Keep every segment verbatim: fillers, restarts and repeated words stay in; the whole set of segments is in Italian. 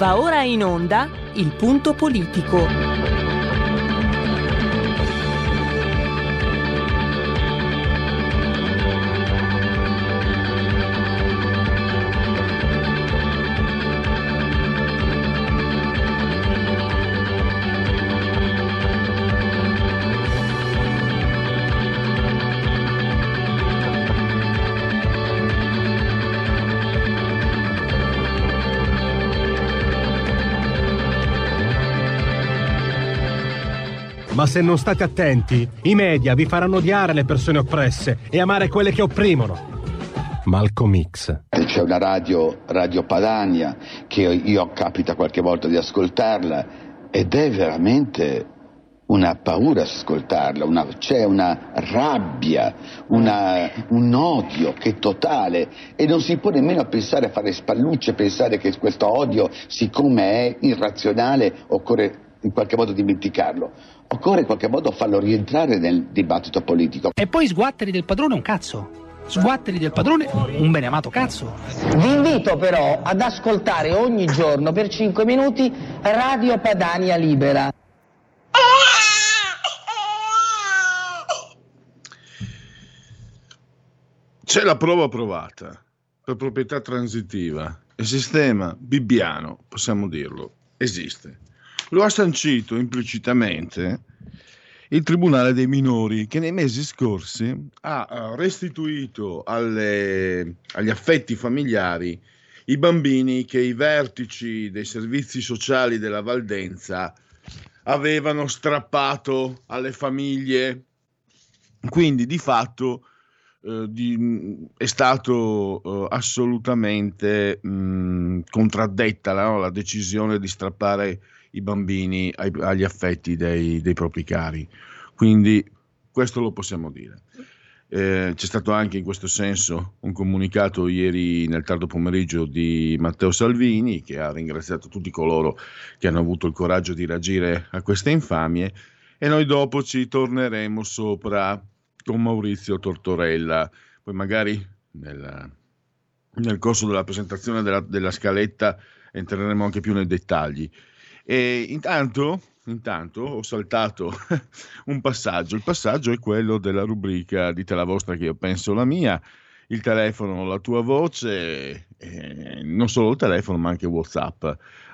Va ora in onda Il Punto Politico. Ma se non state attenti, i media vi faranno odiare le persone oppresse e amare quelle che opprimono. Malcolm X. C'è una radio, Radio Padania, che io capita qualche volta di ascoltarla ed è veramente una paura ascoltarla, una, c'è una rabbia, una, un odio che è totale e non si può nemmeno pensare a fare spallucce, pensare che questo odio, siccome è irrazionale, occorre in qualche modo dimenticarlo. Occorre in qualche modo farlo rientrare nel dibattito politico. E poi sguatteri del padrone un cazzo. Sguatteri del padrone un beneamato cazzo. Vi invito però ad ascoltare ogni giorno per cinque minuti Radio Padania Libera. C'è la prova provata per proprietà transitiva. Il sistema bibbiano, possiamo dirlo, esiste. Lo ha sancito implicitamente il Tribunale dei Minori, che nei mesi scorsi ha restituito alle, agli affetti familiari i bambini che i vertici dei servizi sociali della Valdenza avevano strappato alle famiglie. Quindi di fatto eh, di, è stato eh, assolutamente mh, contraddetta no? la decisione di strappare i bambini ai, agli affetti dei, dei propri cari. Quindi questo lo possiamo dire. Eh, c'è stato anche in questo senso un comunicato ieri nel tardo pomeriggio di Matteo Salvini, che ha ringraziato tutti coloro che hanno avuto il coraggio di reagire a queste infamie, e noi dopo ci torneremo sopra con Maurizio Tortorella. Poi magari nel, nel corso della presentazione della, della scaletta entreremo anche più nei dettagli. E intanto, intanto ho saltato un passaggio. Il passaggio è quello della rubrica Dite la vostra che io penso la mia, il telefono, la tua voce, eh, non solo il telefono ma anche WhatsApp.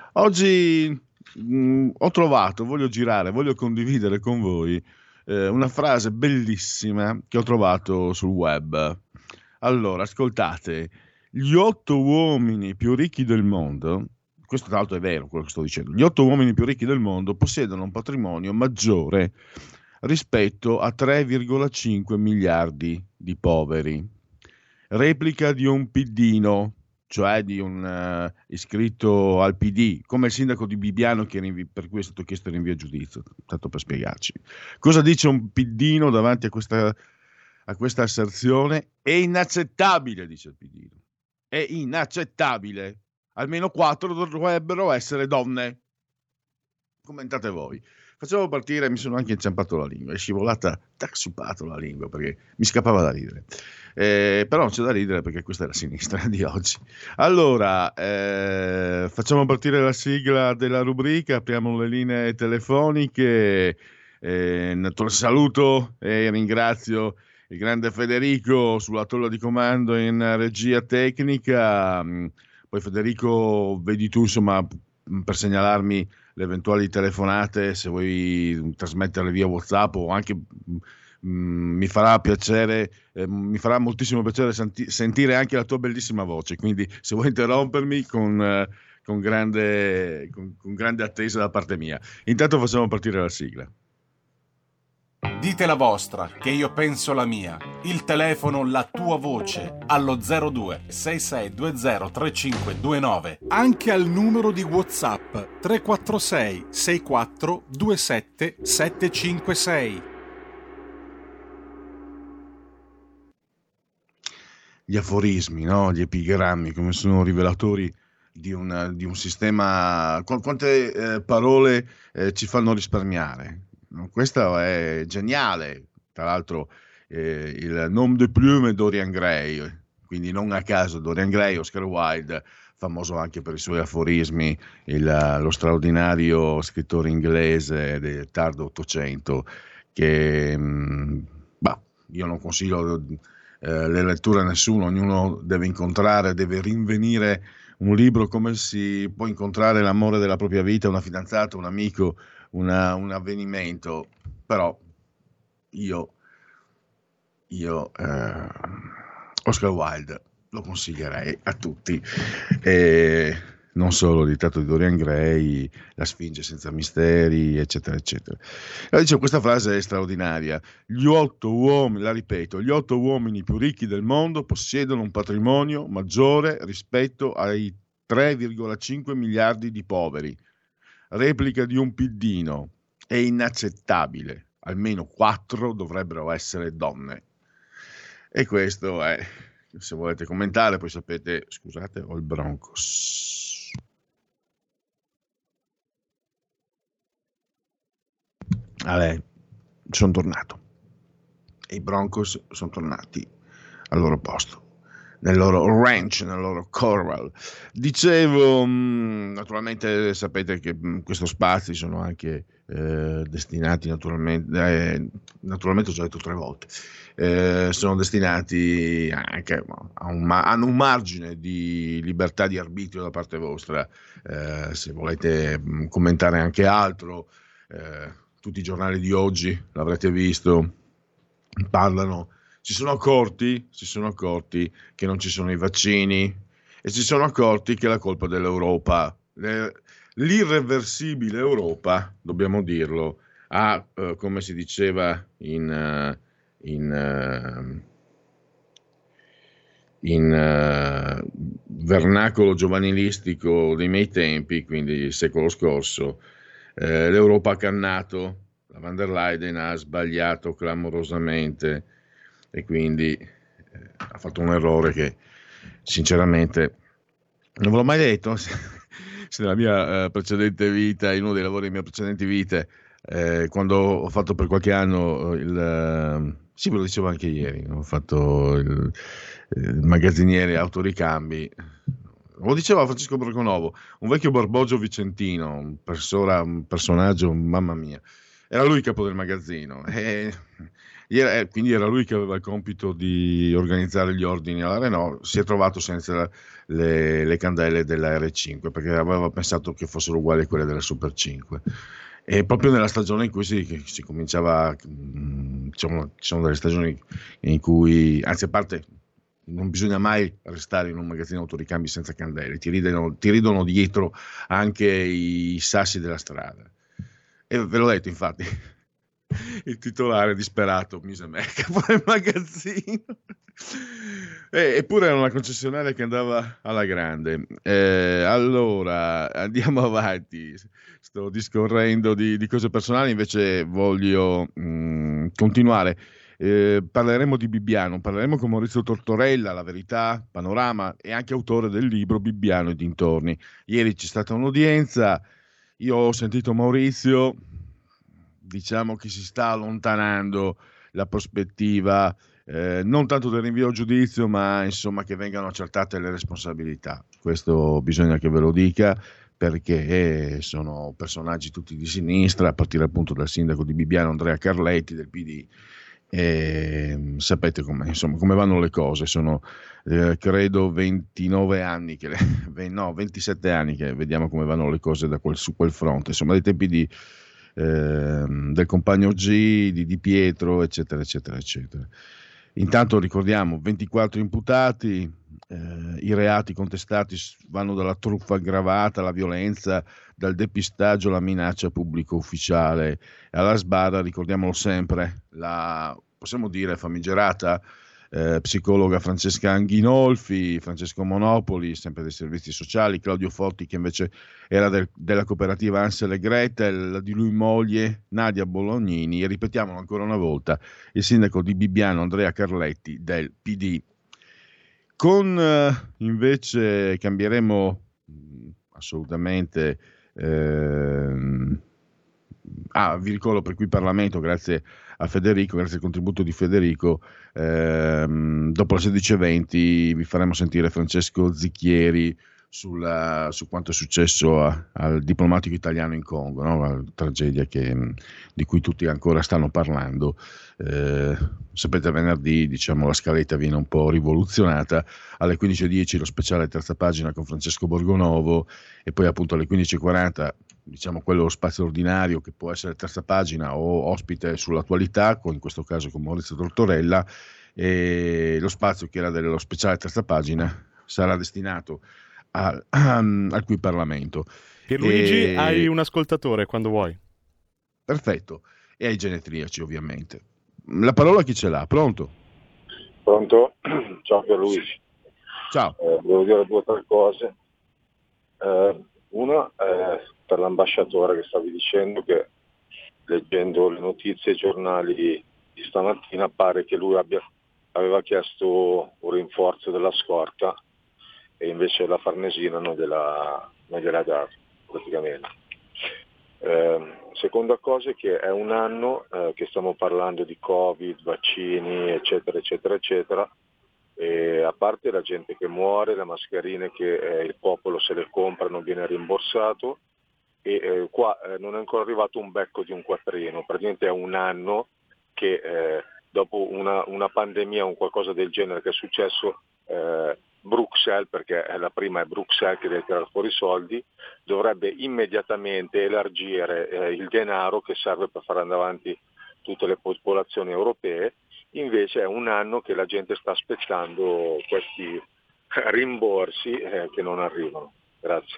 Oggi mh, ho trovato, voglio girare, voglio condividere con voi eh, una frase bellissima che ho trovato sul web. Allora, ascoltate, gli otto uomini più ricchi del mondo, questo tra l'altro è vero quello che sto dicendo, gli otto uomini più ricchi del mondo possiedono un patrimonio maggiore rispetto a tre virgola cinque miliardi di poveri. Replica di un piddino, cioè di un uh, iscritto al P D, come il sindaco di Bibbiano che rinvi- per cui è stato chiesto il rinvio a giudizio, tanto per spiegarci. Cosa dice un piddino davanti a questa, a questa asserzione? È inaccettabile, dice il piddino. È inaccettabile. Almeno quattro dovrebbero essere donne. Commentate voi. Facciamo partire, mi sono anche inciampato la lingua, è scivolata, taxupato la lingua perché mi scappava da ridere. Eh, però non c'è da ridere perché questa è la sinistra di oggi. Allora, eh, facciamo partire la sigla della rubrica, apriamo le linee telefoniche. Eh, saluto e ringrazio il grande Federico sulla tolla di comando in regia tecnica. Poi Federico, vedi tu insomma per segnalarmi le eventuali telefonate, se vuoi trasmetterle via WhatsApp o anche mh, mi farà piacere, eh, mi farà moltissimo piacere senti- sentire anche la tua bellissima voce, quindi se vuoi interrompermi con, eh, con, grande, con, con grande attesa da parte mia. Intanto facciamo partire la sigla. Dite la vostra, che io penso la mia. Il telefono, la tua voce, allo zero due sei sei due zero tre cinque due nove. Anche al numero di WhatsApp tre quattro sei sei quattro due sette sette cinque sei. Gli aforismi, no? Gli epigrammi, come sono rivelatori di, una, di un sistema. Qu- quante eh, parole eh, ci fanno risparmiare? Questo è geniale. Tra l'altro eh, il nom de plume Dorian Gray, quindi non a caso Dorian Gray, Oscar Wilde famoso anche per i suoi aforismi, il, lo straordinario scrittore inglese del tardo Ottocento, che mh, bah, io non consiglio eh, le letture a nessuno, ognuno deve incontrare, deve rinvenire un libro come si può incontrare l'amore della propria vita, una fidanzata, un amico, una, un avvenimento, però io, io eh, Oscar Wilde lo consiglierei a tutti, e non solo il ritratto di Dorian Gray, La Sfinge senza misteri, eccetera eccetera. Allora, dicevo, questa frase è straordinaria: gli otto uomini, la ripeto, gli otto uomini più ricchi del mondo possiedono un patrimonio maggiore rispetto ai tre virgola cinque miliardi di poveri. Replica di un piddino, è inaccettabile, almeno quattro dovrebbero essere donne. E questo è, se volete commentare, poi sapete, scusate, ho il Broncos. Vabbè, sono tornato. E i Broncos sono tornati al loro posto, nel loro ranch, nel loro corral. Dicevo, mh, naturalmente sapete che mh, questi spazi sono anche eh, destinati, naturalmente, eh, naturalmente ho già detto tre volte, eh, sono destinati anche a un, ma- hanno un margine di libertà di arbitrio da parte vostra. Eh, se volete mh, commentare anche altro, eh, tutti i giornali di oggi, l'avrete visto, parlano, si sono accorti, si sono accorti che non ci sono i vaccini e si sono accorti che è la colpa dell'Europa. Le, l'irreversibile Europa, dobbiamo dirlo, ha, eh, come si diceva in, uh, in, uh, in uh, vernacolo giovanilistico dei miei tempi, quindi il secolo scorso, eh, l'Europa ha cannato, la van der Leyen ha sbagliato clamorosamente, e quindi eh, ha fatto un errore che sinceramente non ve l'ho mai detto. Se nella mia eh, precedente vita, in uno dei lavori delle mie precedenti vite, eh, quando ho fatto per qualche anno il eh, sì, ve lo dicevo anche ieri, ho fatto il, il magazziniere autoricambi, lo diceva Francesco Borgonovo, un vecchio Borbogio vicentino, un, persona, un personaggio, mamma mia, era lui il capo del magazzino, e Era, quindi era lui che aveva il compito di organizzare gli ordini alla Renault. Si è trovato senza le, le candele della R cinque, perché aveva pensato che fossero uguali a quelle della Super cinque, e proprio nella stagione in cui si, si cominciava, diciamo, ci sono delle stagioni in cui, anzi, a parte, non bisogna mai restare in un magazzino autoricambi senza candele, ti ridono, ti ridono dietro anche i sassi della strada. E ve l'ho detto, infatti, il titolare disperato mise me capo del magazzino, e, eppure era una concessionaria che andava alla grande. Eh, allora andiamo avanti, sto discorrendo di, di cose personali, invece voglio mh, continuare. Eh, parleremo di Bibbiano, parleremo con Maurizio Tortorella, La Verità, Panorama, e anche autore del libro Bibbiano e dintorni. Ieri c'è stata un'udienza, io ho sentito Maurizio, diciamo che si sta allontanando la prospettiva, eh, non tanto del rinvio a giudizio, ma insomma che vengano accertate le responsabilità. Questo bisogna che ve lo dica, perché sono personaggi tutti di sinistra, a partire appunto dal sindaco di Bibbiano Andrea Carletti del P D. E sapete come, insomma, come vanno le cose. Sono eh, credo ventinove anni che le, no, ventisette anni che vediamo come vanno le cose da quel, su quel fronte, insomma, dai tempi di Eh, del compagno G, di Di Pietro, eccetera eccetera eccetera. Intanto ricordiamo ventiquattro imputati, eh, i reati contestati vanno dalla truffa aggravata alla violenza, dal depistaggio alla minaccia pubblico ufficiale, alla sbarra, ricordiamolo sempre, la, possiamo dire, famigerata Eh, psicologa Francesca Anghinolfi, Francesco Monopoli, sempre dei servizi sociali, Claudio Forti, che invece era del, della cooperativa Ansel e Gretel, la di lui moglie Nadia Bolognini, e ripetiamolo ancora una volta, il sindaco di Bibbiano Andrea Carletti del P D. Con eh, invece cambieremo mh, assolutamente ehm, ah, vi ricordo per cui Parlamento, grazie a Federico, grazie al contributo di Federico, ehm, dopo le sedici e venti vi faremo sentire Francesco Zicchieri sulla, su quanto è successo a, al diplomatico italiano in Congo, no? La tragedia che, di cui tutti ancora stanno parlando. Eh, sapete, venerdì, diciamo, la scaletta viene un po' rivoluzionata. Alle quindici e dieci lo speciale terza pagina con Francesco Borgonovo, e poi appunto alle quindici e quaranta, diciamo, quello spazio ordinario che può essere terza pagina o ospite sull'attualità, con, in questo caso con Maurizio Tortorella, e lo spazio che era dello speciale terza pagina sarà destinato a, a, al qui Parlamento. Pierluigi, e... hai un ascoltatore quando vuoi. Perfetto, e ai genetriaci ovviamente. La parola chi ce l'ha? Pronto? Pronto? Ciao Pierluigi. Ciao. Eh, devo dire due o tre cose. Eh, una è per l'ambasciatore che stavi dicendo che, leggendo le notizie e i giornali di stamattina, pare che lui abbia, aveva chiesto un rinforzo della scorta e invece la Farnesina non gliela, non gliela dato praticamente. Eh, seconda cosa è che è un anno eh, che stiamo parlando di Covid, vaccini, eccetera, eccetera, eccetera, e a parte la gente che muore, le mascherine che eh, il popolo se le compra non viene rimborsato, e eh, qua eh, non è ancora arrivato un becco di un quattrino, praticamente è un anno che eh, dopo una, una pandemia o un qualcosa del genere che è successo, eh, Bruxelles, perché la prima è Bruxelles che deve tirare fuori i soldi, dovrebbe immediatamente elargire eh, il denaro che serve per fare andare avanti tutte le popolazioni europee. Invece è un anno che la gente sta aspettando questi rimborsi eh, che non arrivano. Grazie.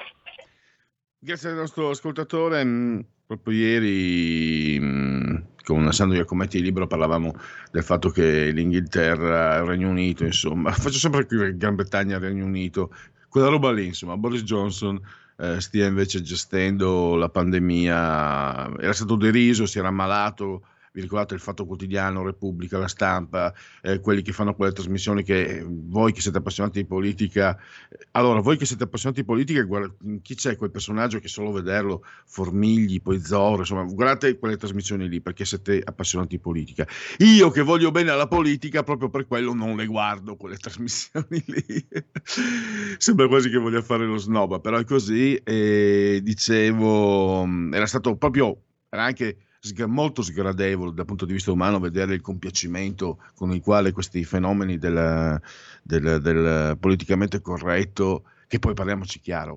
Grazie al nostro ascoltatore. Mh, proprio ieri mh, con Sandro Iacometti di Libro parlavamo del fatto che l'Inghilterra, il Regno Unito, insomma, faccio sempre qui Gran Bretagna, Regno Unito, quella roba lì, insomma, Boris Johnson eh, stia invece gestendo la pandemia. Era stato deriso, si era ammalato. Vi ricordate il Fatto Quotidiano, Repubblica, La Stampa, eh, quelli che fanno quelle trasmissioni che eh, voi che siete appassionati di politica, eh, allora voi che siete appassionati di politica, guarda, chi c'è quel personaggio che solo vederlo, Formigli, poi Zorro, insomma, guardate quelle trasmissioni lì perché siete appassionati di politica. Io che voglio bene alla politica, proprio per quello non le guardo quelle trasmissioni lì. Sembra quasi che voglia fare lo snob, però è così. E dicevo, era stato proprio, era anche molto sgradevole dal punto di vista umano vedere il compiacimento con il quale questi fenomeni del, del, del politicamente corretto, che poi parliamoci chiaro,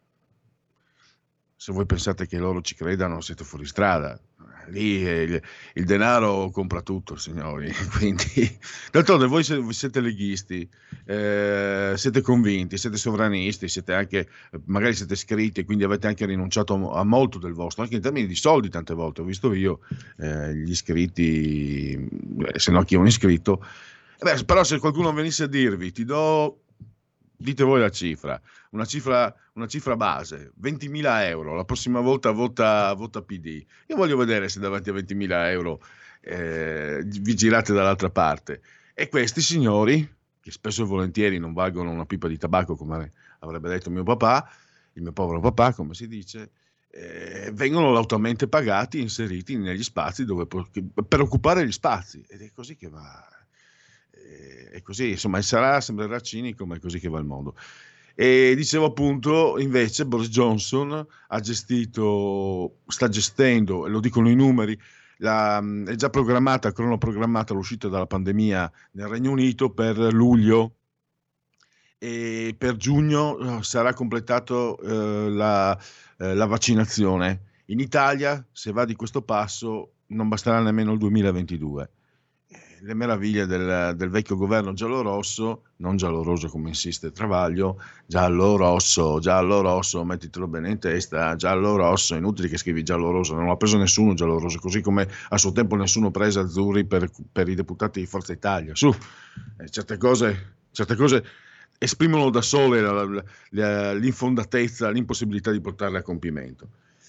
se voi pensate che loro ci credano siete fuori strada. Lì il, il denaro compra tutto, signori. Quindi, d'altronde voi siete leghisti, eh, siete convinti, siete sovranisti, siete anche, magari siete iscritti e quindi avete anche rinunciato a molto del vostro, anche in termini di soldi tante volte. Ho visto io eh, gli iscritti, eh, se no chi è un iscritto. Eh beh, però se qualcuno venisse a dirvi ti do, dite voi la cifra, una cifra, una cifra base, ventimila euro, la prossima volta vota, vota P D. Io voglio vedere se davanti a ventimila euro eh, vi girate dall'altra parte. E questi signori, che spesso e volentieri non valgono una pipa di tabacco, come avrebbe detto mio papà, il mio povero papà, come si dice, eh, vengono lautamente pagati, inseriti negli spazi dove, per occupare gli spazi. Ed è così che va. È così, insomma, sarà, sembrerà cinico, ma è così che va il mondo. E dicevo appunto, invece Boris Johnson ha gestito, sta gestendo, e lo dicono i numeri, la, è già programmata, cronoprogrammata l'uscita dalla pandemia nel Regno Unito per luglio, e per giugno sarà completato eh, la, eh, la vaccinazione. In Italia, se va di questo passo, non basterà nemmeno il duemilaventidue. Le meraviglie del, del vecchio governo giallorosso, non gialloroso come insiste Travaglio, giallorosso, giallorosso, mettitelo bene in testa, giallorosso, inutile che scrivi gialloroso, non l'ha preso nessuno gialloroso, così come a suo tempo nessuno prese azzurri per, per i deputati di Forza Italia. Su, eh, certe cose, certe cose esprimono da sole la, la, la, l'infondatezza, l'impossibilità di portarle a compimento.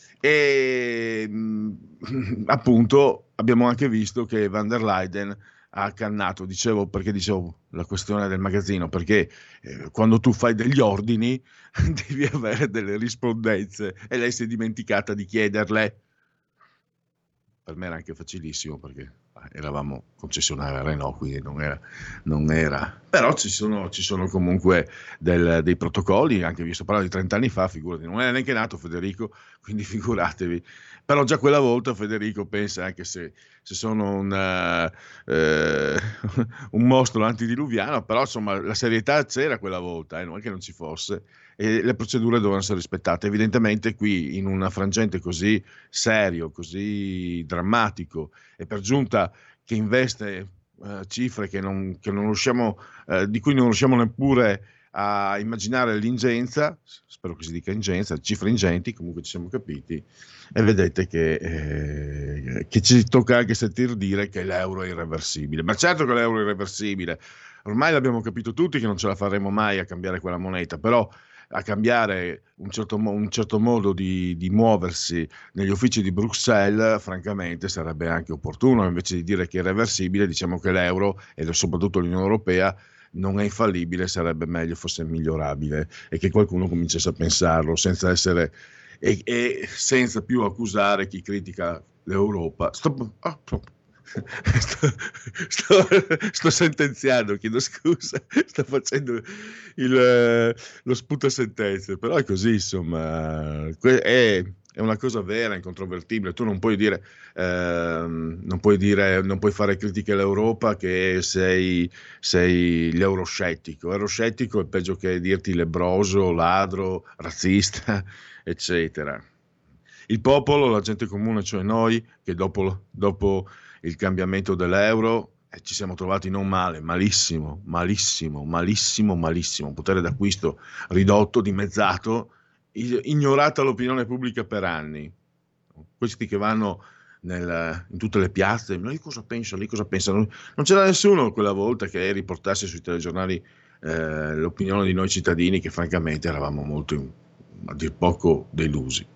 E mh, appunto abbiamo anche visto che van der Leyen ha accannato, dicevo, perché dicevo la questione del magazzino, perché eh, quando tu fai degli ordini devi avere delle rispondenze e lei si è dimenticata di chiederle. Per me era anche facilissimo, perché eravamo concessionaria Renault, quindi non era, non era. Però ci sono, ci sono comunque del, dei protocolli, anche vi sto parlando di trenta anni fa, figurati, non era neanche nato Federico, quindi figuratevi. Però già quella volta Federico pensa, anche se, se sono un, uh, eh, un mostro antidiluviano, però insomma la serietà c'era quella volta, eh, non è che non ci fosse, e le procedure dovevano essere rispettate. Evidentemente qui in un frangente così serio, così drammatico, e per giunta che investe uh, cifre che non, che non riusciamo, uh, di cui non riusciamo neppure a immaginare l'ingenza, spero che si dica ingenza, cifre ingenti, comunque ci siamo capiti, e vedete che, eh, che ci tocca anche sentir dire che l'euro è irreversibile. Ma certo che l'euro è irreversibile, ormai l'abbiamo capito tutti che non ce la faremo mai a cambiare quella moneta, però a cambiare un certo, un certo modo di, di muoversi negli uffici di Bruxelles, francamente sarebbe anche opportuno. Invece di dire che è irreversibile, diciamo che l'euro e soprattutto l'Unione Europea non è infallibile, sarebbe meglio fosse migliorabile, e che qualcuno cominciasse a pensarlo senza essere e, e senza più accusare chi critica l'Europa. Sto, oh, sto, sto, sto sentenziando, chiedo scusa, sto facendo il, lo sputo a sentenze, però è così, insomma, è, è una cosa vera, incontrovertibile. Tu non puoi dire, ehm, non puoi dire, non puoi fare critiche all'Europa che sei, sei l'euroscettico. Euroscettico è peggio che dirti lebbroso, ladro, razzista, eccetera. Il popolo, la gente comune, cioè noi, che dopo, dopo il cambiamento dell'euro eh, ci siamo trovati non male, malissimo, malissimo, malissimo, malissimo, potere d'acquisto ridotto, dimezzato, ignorata l'opinione pubblica per anni. Questi che vanno nel, in tutte le piazze, noi cosa pensano, lì cosa pensano, non c'era nessuno quella volta che riportasse sui telegiornali eh, l'opinione di noi cittadini, che francamente eravamo molto, a dir poco, delusi.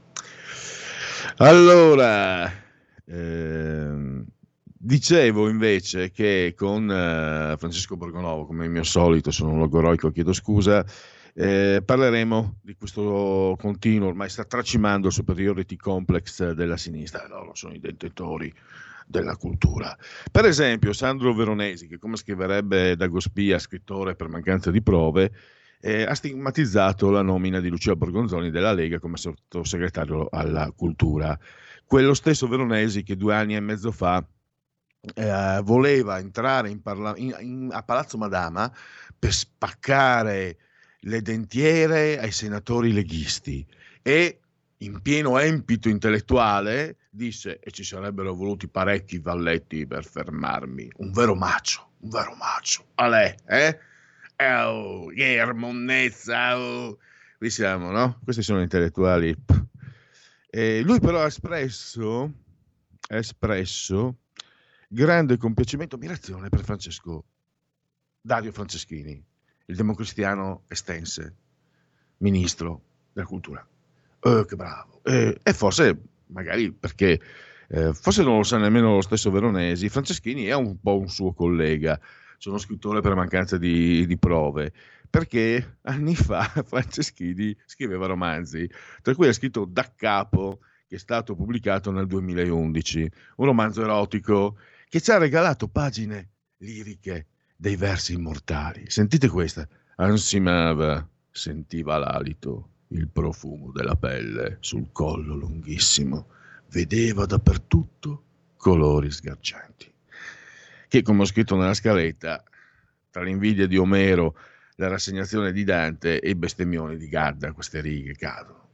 Allora, ehm, dicevo invece che con eh, Francesco Borgonovo, come il mio solito, sono un logoroico, chiedo scusa, eh, parleremo di questo continuo, ormai sta tracimando il superiority complex della sinistra. Loro sono i detentori della cultura. Per esempio Sandro Veronesi, che come scriverebbe Dagospia, scrittore per mancanza di prove, Eh, ha stigmatizzato la nomina di Lucia Borgonzoni della Lega come sottosegretario alla cultura. Quello stesso Veronesi che due anni e mezzo fa eh, voleva entrare in parla- in, in, a Palazzo Madama per spaccare le dentiere ai senatori leghisti, e in pieno empito intellettuale disse: e ci sarebbero voluti parecchi valletti per fermarmi. Un vero macio, un vero macio. Alè, eh? Oh, che monnezza, oh. Qui siamo, no? Questi sono intellettuali. E lui però ha espresso, ha espresso grande compiacimento e ammirazione per Francesco Dario Franceschini, il democristiano estense, ministro della cultura. Oh, che bravo. E, e forse, magari perché, eh, forse non lo sa nemmeno lo stesso Veronesi, Franceschini è un po' un suo collega. Sono scrittore per mancanza di, di prove, perché anni fa Franceschini scriveva romanzi, tra cui ha scritto Da Capo, che è stato pubblicato nel duemilaundici, un romanzo erotico che ci ha regalato pagine liriche dei versi immortali. Sentite questa: ansimava, sentiva l'alito, il profumo della pelle sul collo lunghissimo, vedeva dappertutto colori sgargianti. Che, come ho scritto nella scaletta, tra l'invidia di Omero, la rassegnazione di Dante e i bestemmioni di Gadda, queste righe cadono.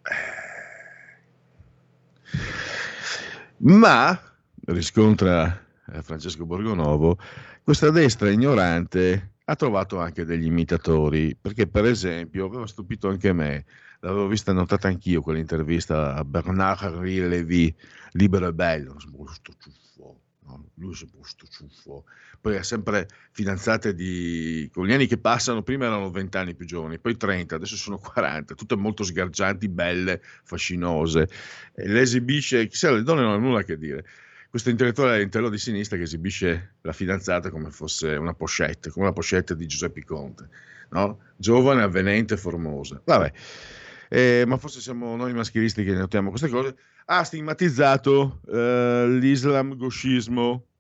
Eh. Ma, riscontra Francesco Borgonovo, questa destra ignorante ha trovato anche degli imitatori, perché per esempio aveva stupito anche me, l'avevo vista notata anch'io quell'intervista a Bernard-Henri Lévy, Libero e Bello, no, lui è posto ciuffo, poi ha sempre fidanzate di, con gli anni che passano, prima erano venti anni più giovani, poi trenta, adesso sono quaranta, tutte molto sgargianti, belle, fascinose, e le esibisce, chissà, le donne non hanno nulla a che dire. Questo intellettuale intello di sinistra che esibisce la fidanzata come fosse una pochette, come la pochette di Giuseppe Conte, no? Giovane, avvenente, formosa. Vabbè. Eh, ma forse siamo noi maschilisti che notiamo queste cose. Ha stigmatizzato eh, l'islam gauchismo,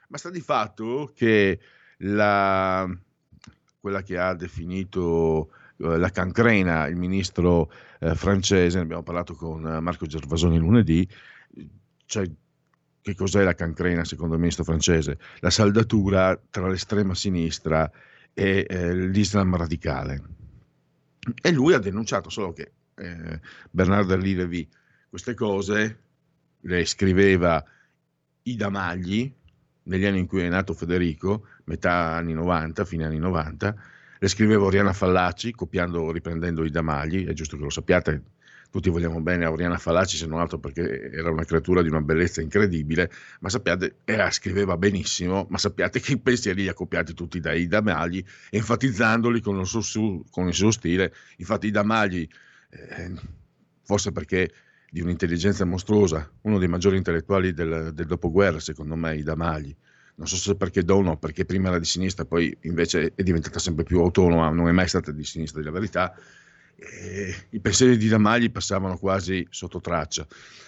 Ma sta di fatto che la, quella che ha definito eh, la cancrena, il ministro eh, francese, ne abbiamo parlato con Marco Gervasoni lunedì, cioè che cos'è la cancrena secondo il ministro francese? La saldatura tra l'estrema sinistra e eh, l'Islam radicale. E lui ha denunciato, solo che eh, Bernard Lévy queste cose le scriveva Ida Magli negli anni in cui è nato Federico, metà anni novanta, fine anni novanta, le scriveva Oriana Fallaci, copiando, riprendendo Ida Magli, è giusto che lo sappiate, tutti vogliamo bene a Oriana Fallaci, se non altro perché era una creatura di una bellezza incredibile, ma sappiate, era, scriveva benissimo, ma sappiate che i pensieri li ha copiati tutti da Ida Magli, enfatizzandoli con il suo, su, con il suo stile. Infatti Ida Magli, eh, forse perché di un'intelligenza mostruosa, uno dei maggiori intellettuali del, del dopoguerra, secondo me, Ida Magli, non so se perché do o no, perché prima era di sinistra, poi invece è diventata sempre più autonoma, non è mai stata di sinistra, di la verità. E i pensieri di Damagli passavano quasi sotto traccia,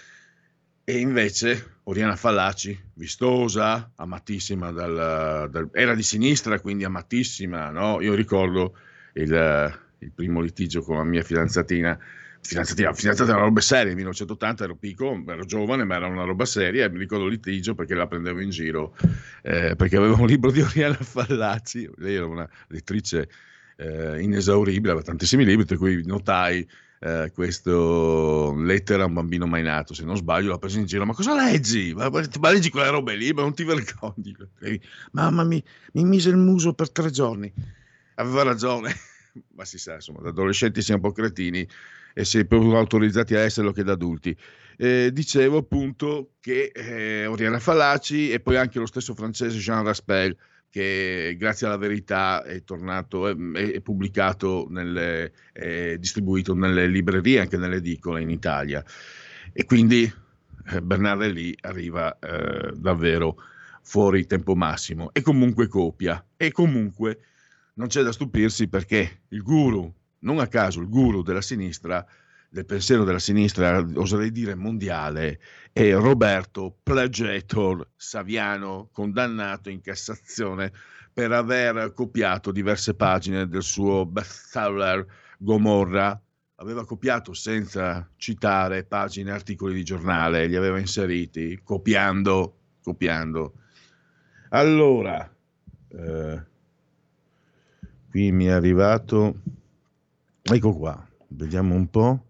e invece Oriana Fallaci, vistosa, amatissima dal, dal, era di sinistra, quindi amatissima, no? Io ricordo il, il primo litigio con la mia fidanzatina fidanzatina, fidanzata era una roba seria, nel millenovecentottanta ero piccolo, ero giovane, ma era una roba seria, e mi ricordo il litigio perché la prendevo in giro, eh, perché aveva un libro di Oriana Fallaci, lei era una lettrice Eh, inesauribile, aveva tantissimi libri, tra cui notai eh, questo Lettera a un bambino mai nato, se non sbaglio, l'ha preso in giro, ma cosa leggi? Ma, ma leggi quelle robe lì, ma non ti vergogni? Mamma mi, mi mise il muso per tre giorni, aveva ragione, ma si sa, insomma, da adolescenti siamo un po' cretini e si è più autorizzati a esserlo che da adulti. Eh, dicevo appunto che eh, Oriana Fallaci e poi anche lo stesso francese Jean Raspail, che grazie alla Verità è tornato, è, è pubblicato, nelle, è distribuito nelle librerie, anche nelle edicole in Italia, e quindi eh, Bernard Lévy arriva eh, davvero fuori tempo massimo, e comunque copia, e comunque non c'è da stupirsi, perché il guru, non a caso il guru della sinistra, del pensiero della sinistra, oserei dire mondiale, è Roberto Plagiator Saviano, condannato in Cassazione per aver copiato diverse pagine del suo bestseller Gomorra. Aveva copiato senza citare pagine, articoli di giornale, li aveva inseriti, copiando, copiando. Allora, eh, qui mi è arrivato, ecco qua, vediamo un po'.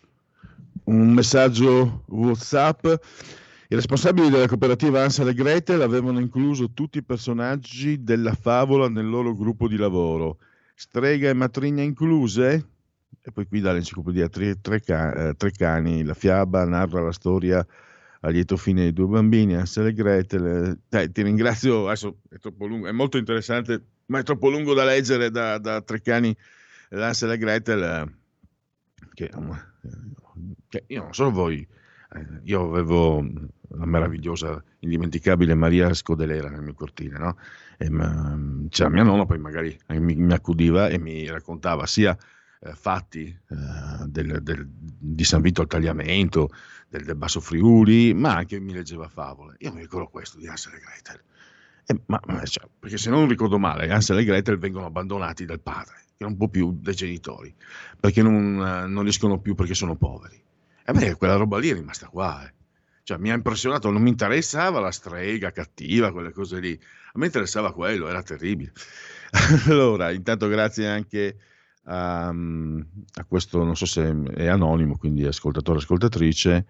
Un messaggio WhatsApp: i responsabili della cooperativa Hansel e Gretel avevano incluso tutti i personaggi della favola nel loro gruppo di lavoro, strega e matrigna incluse, e poi qui dall'enciclopedia tre, tre, eh, tre cani, la fiaba narra la storia a lieto fine dei due bambini, Hansel e Gretel. Eh, ti ringrazio, adesso è troppo lungo, è molto interessante, ma è troppo lungo da leggere, da, da tre cani, Hansel e Gretel, eh, che Che io non so voi, eh, io avevo la meravigliosa, indimenticabile Maria Scodelera nel mio cortile, no? E, ma, c'era mia nonna, poi magari mi, mi accudiva e mi raccontava sia eh, fatti eh, del, del, di San Vito al Tagliamento, del, del Basso Friuli, ma anche mi leggeva favole. Io mi ricordo questo di Hansel e Gretel, e, ma, cioè, perché se non ricordo male, Hansel e Gretel vengono abbandonati dal padre, che non può più, dai genitori, perché non, non riescono più, perché sono poveri. E beh, quella roba lì è rimasta qua, eh. Cioè, mi ha impressionato, non mi interessava la strega cattiva, quelle cose lì, a me interessava quello, era terribile. Allora, intanto grazie anche a, a questo, non so se è anonimo, quindi ascoltatore, ascoltatrice,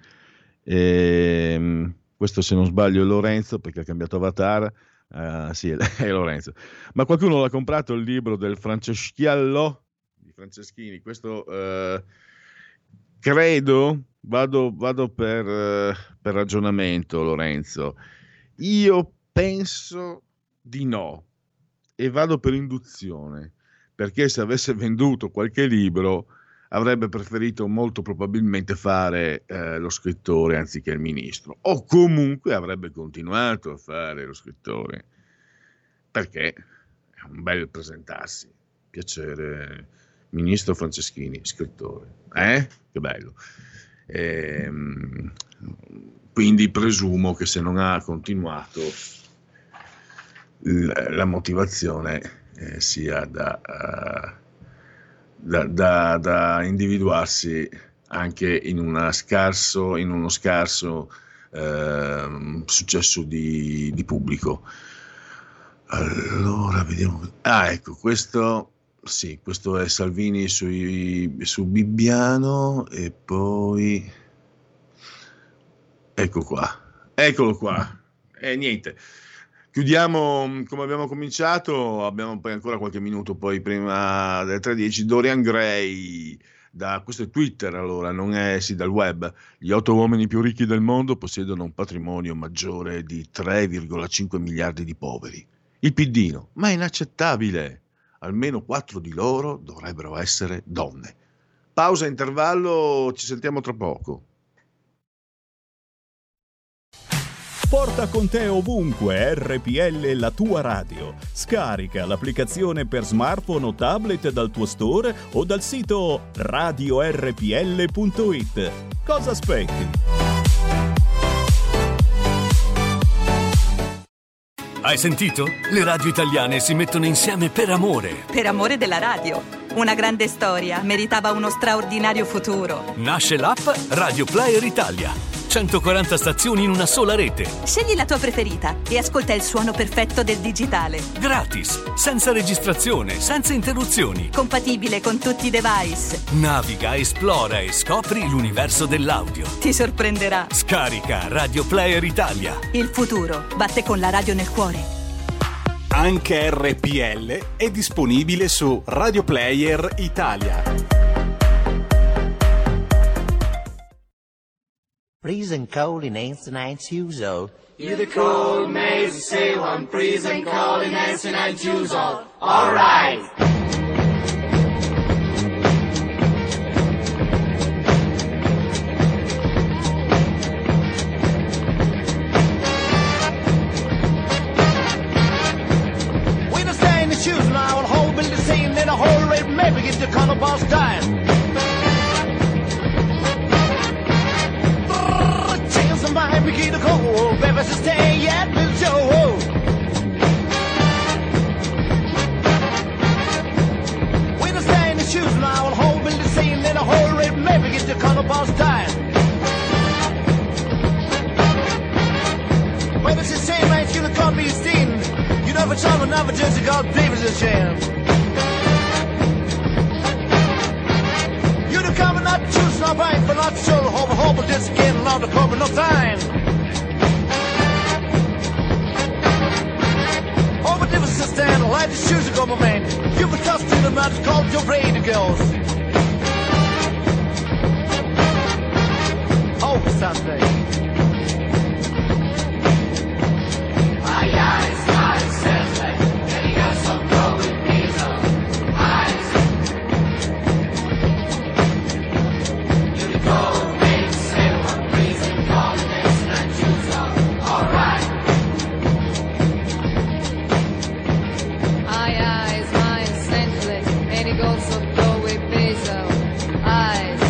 e, questo se non sbaglio è Lorenzo, perché ha cambiato avatar. Uh, sì, è Lorenzo. Ma qualcuno l'ha comprato il libro del Franceschiello di Franceschini? Questo uh, credo, vado, vado per, uh, per ragionamento, Lorenzo. Io penso di no, e vado per induzione, perché se avesse venduto qualche libro avrebbe preferito molto probabilmente fare eh, lo scrittore anziché il ministro, o comunque avrebbe continuato a fare lo scrittore, perché è un bel presentarsi, piacere, ministro Franceschini, scrittore, eh? Che bello. E, quindi presumo che se non ha continuato la, la motivazione eh, sia da, uh, da, da, da individuarsi anche in, una scarso, in uno scarso uh, successo di, di pubblico. Allora, vediamo. Ah, ecco, questo sì, questo è Salvini sui, su Bibbiano e poi ecco qua, eccolo qua. E eh, niente. Chiudiamo come abbiamo cominciato, abbiamo poi ancora qualche minuto poi prima delle tre e dieci. Dorian Gray, da, questo è Twitter, allora, non è sì dal web. Gli otto uomini più ricchi del mondo possiedono un patrimonio maggiore di tre virgola cinque miliardi di poveri. Il piddino, ma è inaccettabile. Almeno quattro di loro dovrebbero essere donne. Pausa, intervallo, ci sentiamo tra poco. Porta con te ovunque R P L, la tua radio. Scarica l'applicazione per smartphone o tablet dal tuo store o dal sito radio r p l punto i t. Cosa aspetti? Hai sentito? Le radio italiane si mettono insieme per amore. Per amore della radio. Una grande storia meritava uno straordinario futuro. Nasce l'app Radio Player Italia. centoquaranta stazioni in una sola rete. Scegli la tua preferita e ascolta il suono perfetto del digitale. Gratis, senza registrazione, senza interruzioni. Compatibile con tutti i device. Naviga, esplora e scopri l'universo dell'audio. Ti sorprenderà. Scarica Radio Player Italia. Il futuro batte con la radio nel cuore. Anche R P L è disponibile su Radio Player Italia. Freezing cold in eighty-nine Tuesday. You the cold maze, say one freezing cold in eighty-nine Tuesday. All right. We the stay in the shoes now, and whole building scene in a whole rate, maybe get the color boss dying. Somebody begin to cold, baby, so stay yet, Bill Joe. We don't stay in the shoes now, and whole building scene in a whole rate, maybe get the color boss dying. Baby, it's the same, ain't you the call me steam. You never trouble, never just got babies a shame. You the cover, not choose, not right, but not sure, hope, hope, this again, not the cover, no time. Oh, but difference is stand, like the shoes go, my man. You've been tossed in the mountains, called your brain girls. Oh, Sunday. My eyes, eyes, says that, and he got some growing diesel. Eyes. You the cold maze, say one freezing cold in eighty-nine Tuesday. All right. My eyes, mine senseless, and he goes so go with basil. Eyes.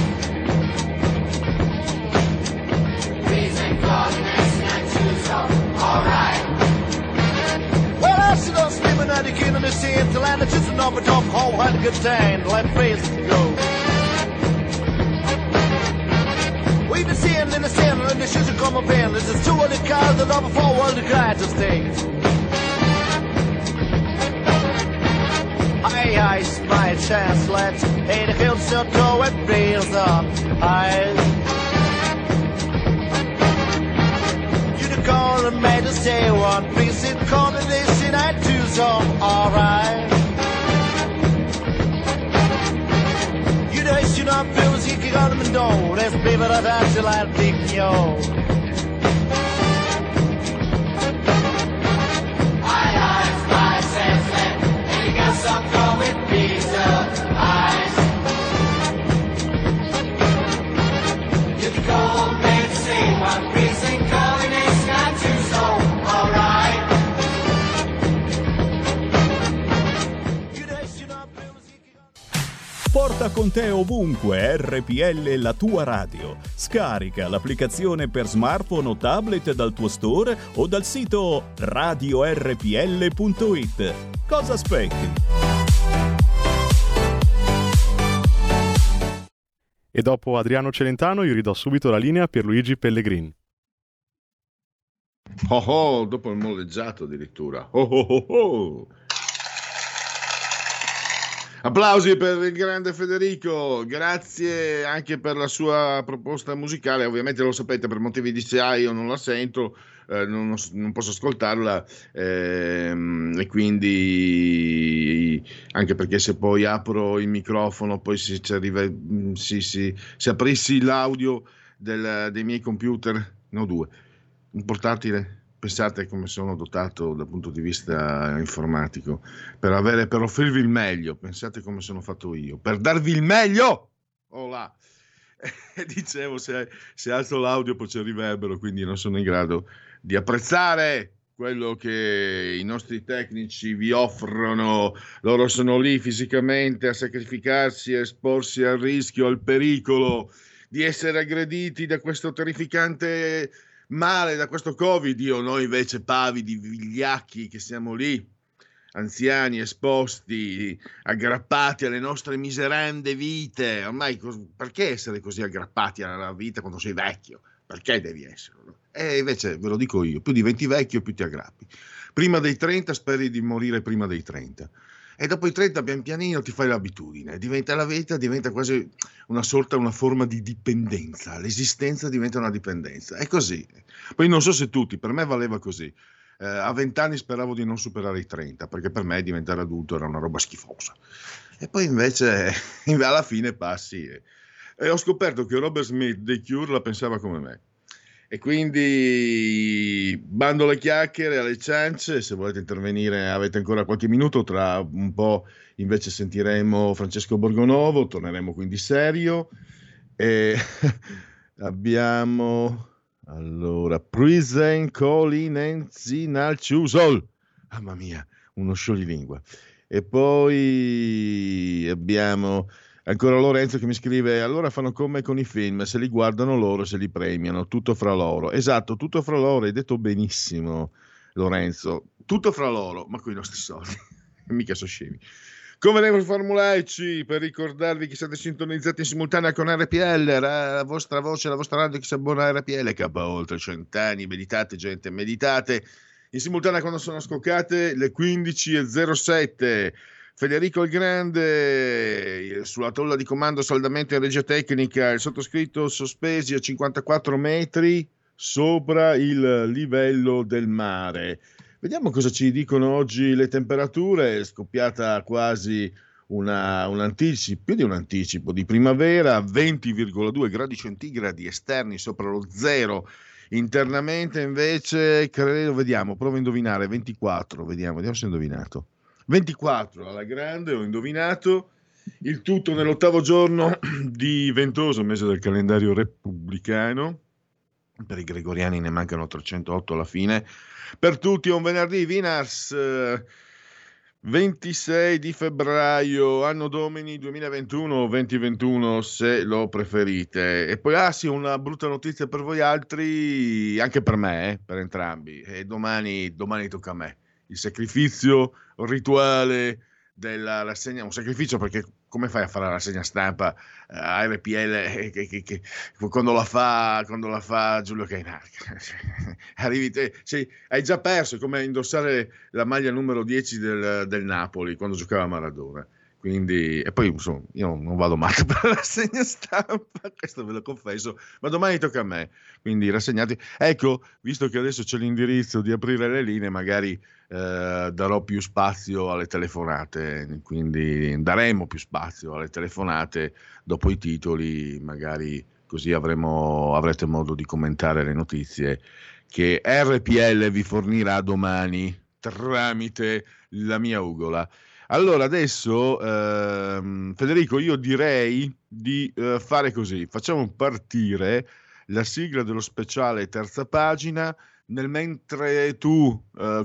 Freezing cold in eighty-nine Tuesday. All right. Well, I sit on sleeping at the king of the sea, to land it's just an up and off, whole had a good time, let face go. We've been seeing in the sand, and the shoes are coming in. This is two of the cars that are before all the greatest things. Hey, I my chance, let's hey, the hills still go and breathe up. I you the call and made us say one piece in combination I do some alright. You know, you know, bills you can go to the door. Let's be better than you like big yo. Porta con te ovunque, R P L la tua radio. Scarica l'applicazione per smartphone o tablet dal tuo store o dal sito radio r p l punto i t. Cosa aspetti? E dopo Adriano Celentano io ridò subito la linea per Luigi Pellegrin. Oh oh, dopo il molleggiato addirittura. Oh oh oh oh. Applausi per il grande Federico, grazie anche per la sua proposta musicale. Ovviamente lo sapete, per motivi di S I A io non la sento, eh, non, non posso ascoltarla, ehm, e quindi anche perché se poi apro il microfono, poi si, si arriva, si, si, se aprissi l'audio del, dei miei computer, ne ho due, un portatile. Pensate come sono dotato dal punto di vista informatico per avere, per offrirvi il meglio. Pensate come sono fatto io per darvi il meglio. Oh là. E dicevo, se, se alzo l'audio poi c'è il riverbero, quindi non sono in grado di apprezzare quello che i nostri tecnici vi offrono. Loro sono lì fisicamente a sacrificarsi, a esporsi al rischio, al pericolo di essere aggrediti da questo terrificante male, da questo Covid. Io, noi invece pavidi, vigliacchi che siamo lì, anziani, esposti, aggrappati alle nostre miserande vite. Ormai perché essere così aggrappati alla vita quando sei vecchio? Perché devi esserlo? E invece ve lo dico io, più diventi vecchio più ti aggrappi. Prima dei trenta speri di morire prima dei trenta. E dopo i trenta pian pianino ti fai l'abitudine, diventa la vita, diventa quasi una sorta, una forma di dipendenza, l'esistenza diventa una dipendenza, è così. Poi non so se tutti, per me valeva così, eh, a vent'anni speravo di non superare i trenta, perché per me diventare adulto era una roba schifosa, e poi invece alla fine passi, e, e ho scoperto che Robert Smith dei Cure la pensava come me. E quindi bando le chiacchiere alle ciance. Se volete intervenire avete ancora qualche minuto, tra un po' invece sentiremo Francesco Borgonovo, torneremo quindi serio e abbiamo allora Prison Calling al Chiusol, mamma mia, uno scioglilingua, e poi abbiamo ancora Lorenzo che mi scrive: allora fanno come con i film, se li guardano loro, se li premiano, tutto fra loro. Esatto, tutto fra loro, hai detto benissimo Lorenzo, tutto fra loro, ma con i nostri soldi, mica so scemi. Come Formula E C, per ricordarvi che siete sintonizzati in simultanea con R P L, la vostra voce, la vostra radio che si abbona a R P L, che ha oltre cent'anni. Meditate gente, meditate, in simultanea quando sono scoccate le quindici e zero sette. Federico il Grande sulla tolla di comando, saldamento in regia tecnica, il sottoscritto sospesi a cinquantaquattro metri sopra il livello del mare. Vediamo cosa ci dicono oggi le temperature. È scoppiata quasi una, un anticipo, più di un anticipo di primavera, venti virgola due gradi centigradi esterni sopra lo zero. Internamente invece credo, vediamo, provo a indovinare, ventiquattro, vediamo, vediamo se ho indovinato. ventiquattro alla grande, ho indovinato, il tutto nell'ottavo giorno di ventoso mese del calendario repubblicano. Per i gregoriani ne mancano trecentootto alla fine. Per tutti è un venerdì, Vinars, ventisei di febbraio, anno domini duemilaventuno, duemilaventuno se lo preferite. E poi, ah sì, una brutta notizia per voi altri, anche per me, eh, per entrambi. E domani, domani tocca a me. Il sacrificio rituale della rassegna, un sacrificio perché come fai a fare la rassegna stampa uh, a R P L eh, che, che, che, quando la fa quando la fa Giulio Cainarca? Arrivi te, sei, hai già perso, è come indossare la maglia numero dieci del, del Napoli quando giocava Maradona. Quindi, e poi insomma, io non vado mai per la rassegna stampa, questo ve lo confesso, ma domani tocca a me, quindi rassegnati. Ecco, visto che adesso c'è l'indirizzo di aprire le linee, magari eh, darò più spazio alle telefonate, quindi daremo più spazio alle telefonate dopo i titoli, magari così avremo, avrete modo di commentare le notizie che R P L vi fornirà domani tramite la mia ugola. Allora adesso ehm, Federico, io direi di eh, fare così, facciamo partire la sigla dello speciale terza pagina, nel mentre tu eh,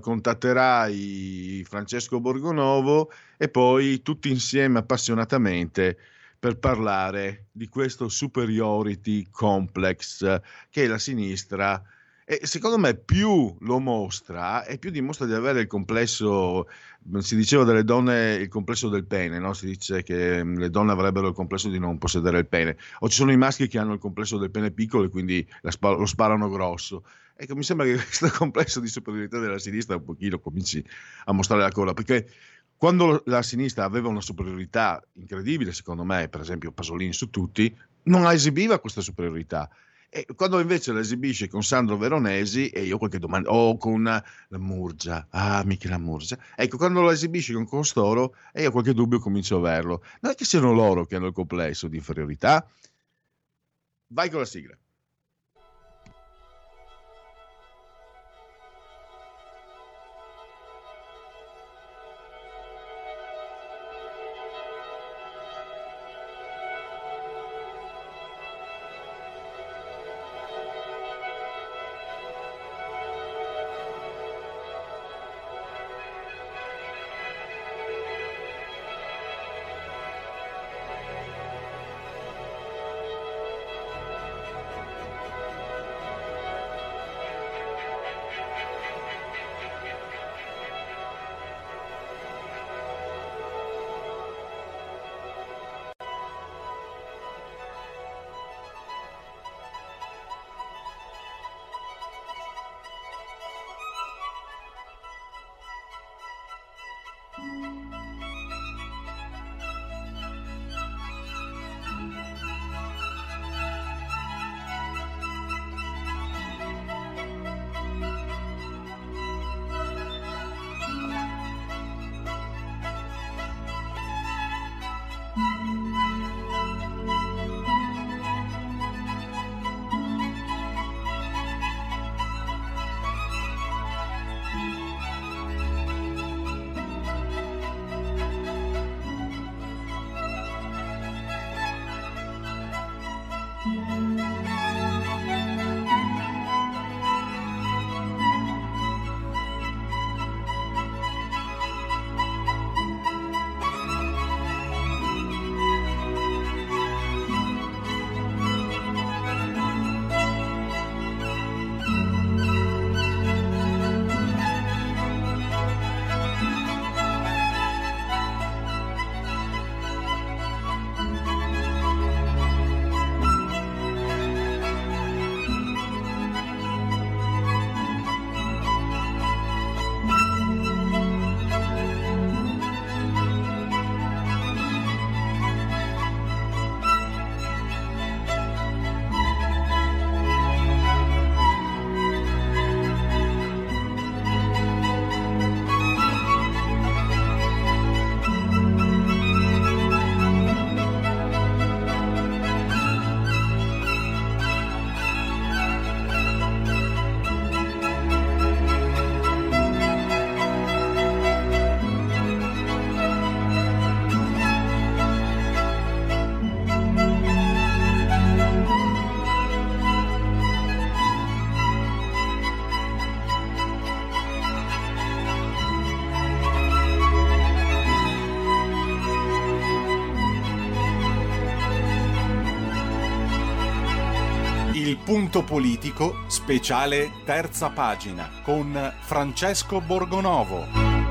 contatterai Francesco Borgonovo e poi tutti insieme appassionatamente per parlare di questo superiority complex che la sinistra, e secondo me più lo mostra e più dimostra di avere il complesso, si diceva delle donne il complesso del pene, no? Si dice che le donne avrebbero il complesso di non possedere il pene, o ci sono i maschi che hanno il complesso del pene piccolo e quindi la spa- lo sparano grosso. Ecco, mi sembra che questo complesso di superiorità della sinistra un pochino cominci a mostrare la coda, perché quando la sinistra aveva una superiorità incredibile, secondo me, per esempio Pasolini su tutti, non la esibiva questa superiorità. E quando invece la esibisce con Sandro Veronesi, e io qualche domanda, o con la Murgia, ah, mica la Murgia, ecco, quando la esibisce con costoro, e io qualche dubbio comincio a averlo. Non è che siano loro che hanno il complesso di inferiorità? Vai con la sigla. Punto politico, speciale terza pagina, con Francesco Borgonovo.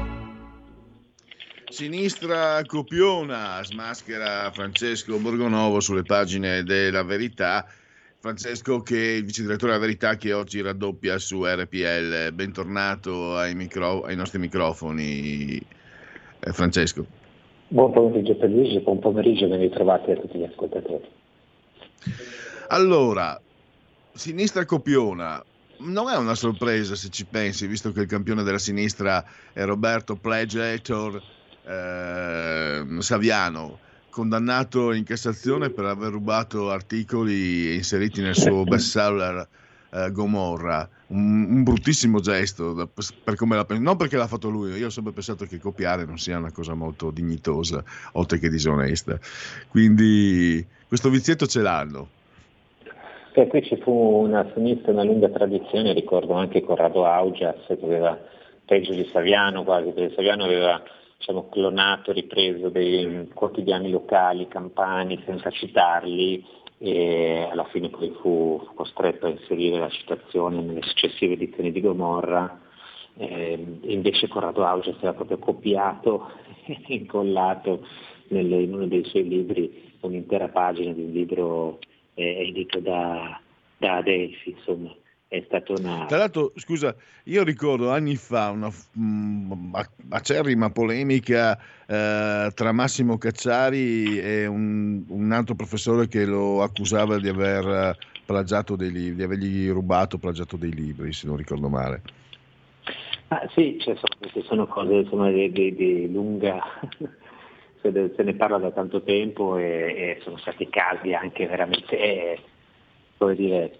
Sinistra copiona, smaschera Francesco Borgonovo sulle pagine della Verità. Francesco, che è il vice direttore della Verità, che oggi raddoppia su R P L. Bentornato ai, micro, ai nostri microfoni, eh, Francesco. Buon pomeriggio per Luigi, buon pomeriggio, ben ritrovati a tutti gli ascoltatori. Allora, sinistra copiona, non è una sorpresa se ci pensi, visto che il campione della sinistra è Roberto Plegiator eh, Saviano, condannato in Cassazione per aver rubato articoli inseriti nel suo bestseller eh, Gomorra. Un, un bruttissimo gesto, da, per come la penso, non perché l'ha fatto lui, io ho sempre pensato che copiare non sia una cosa molto dignitosa, oltre che disonesta. Quindi questo vizietto ce l'hanno. E qui ci fu una sinistra, una lunga tradizione, ricordo anche Corrado Augias, che aveva peggio di Saviano quasi, perché Saviano aveva diciamo, clonato, ripreso dei quotidiani locali campani senza citarli, e alla fine poi fu costretto a inserire la citazione nelle successive edizioni di Gomorra. Eh, invece Corrado Auge si era proprio copiato e incollato nelle, in uno dei suoi libri un'intera pagina di un libro eh, edito da, da Adelphi, insomma. È stata una... Tra l'altro, scusa, io ricordo anni fa una mh, acerrima polemica eh, tra Massimo Cacciari e un, un altro professore che lo accusava di aver plagiato dei libri, di avergli rubato, plagiato dei libri, se non ricordo male. Ah, sì, cioè, sono, queste sono cose insomma, di, di, di lunga, se ne parla da tanto tempo e, e sono stati casi anche veramente, eh, come dire,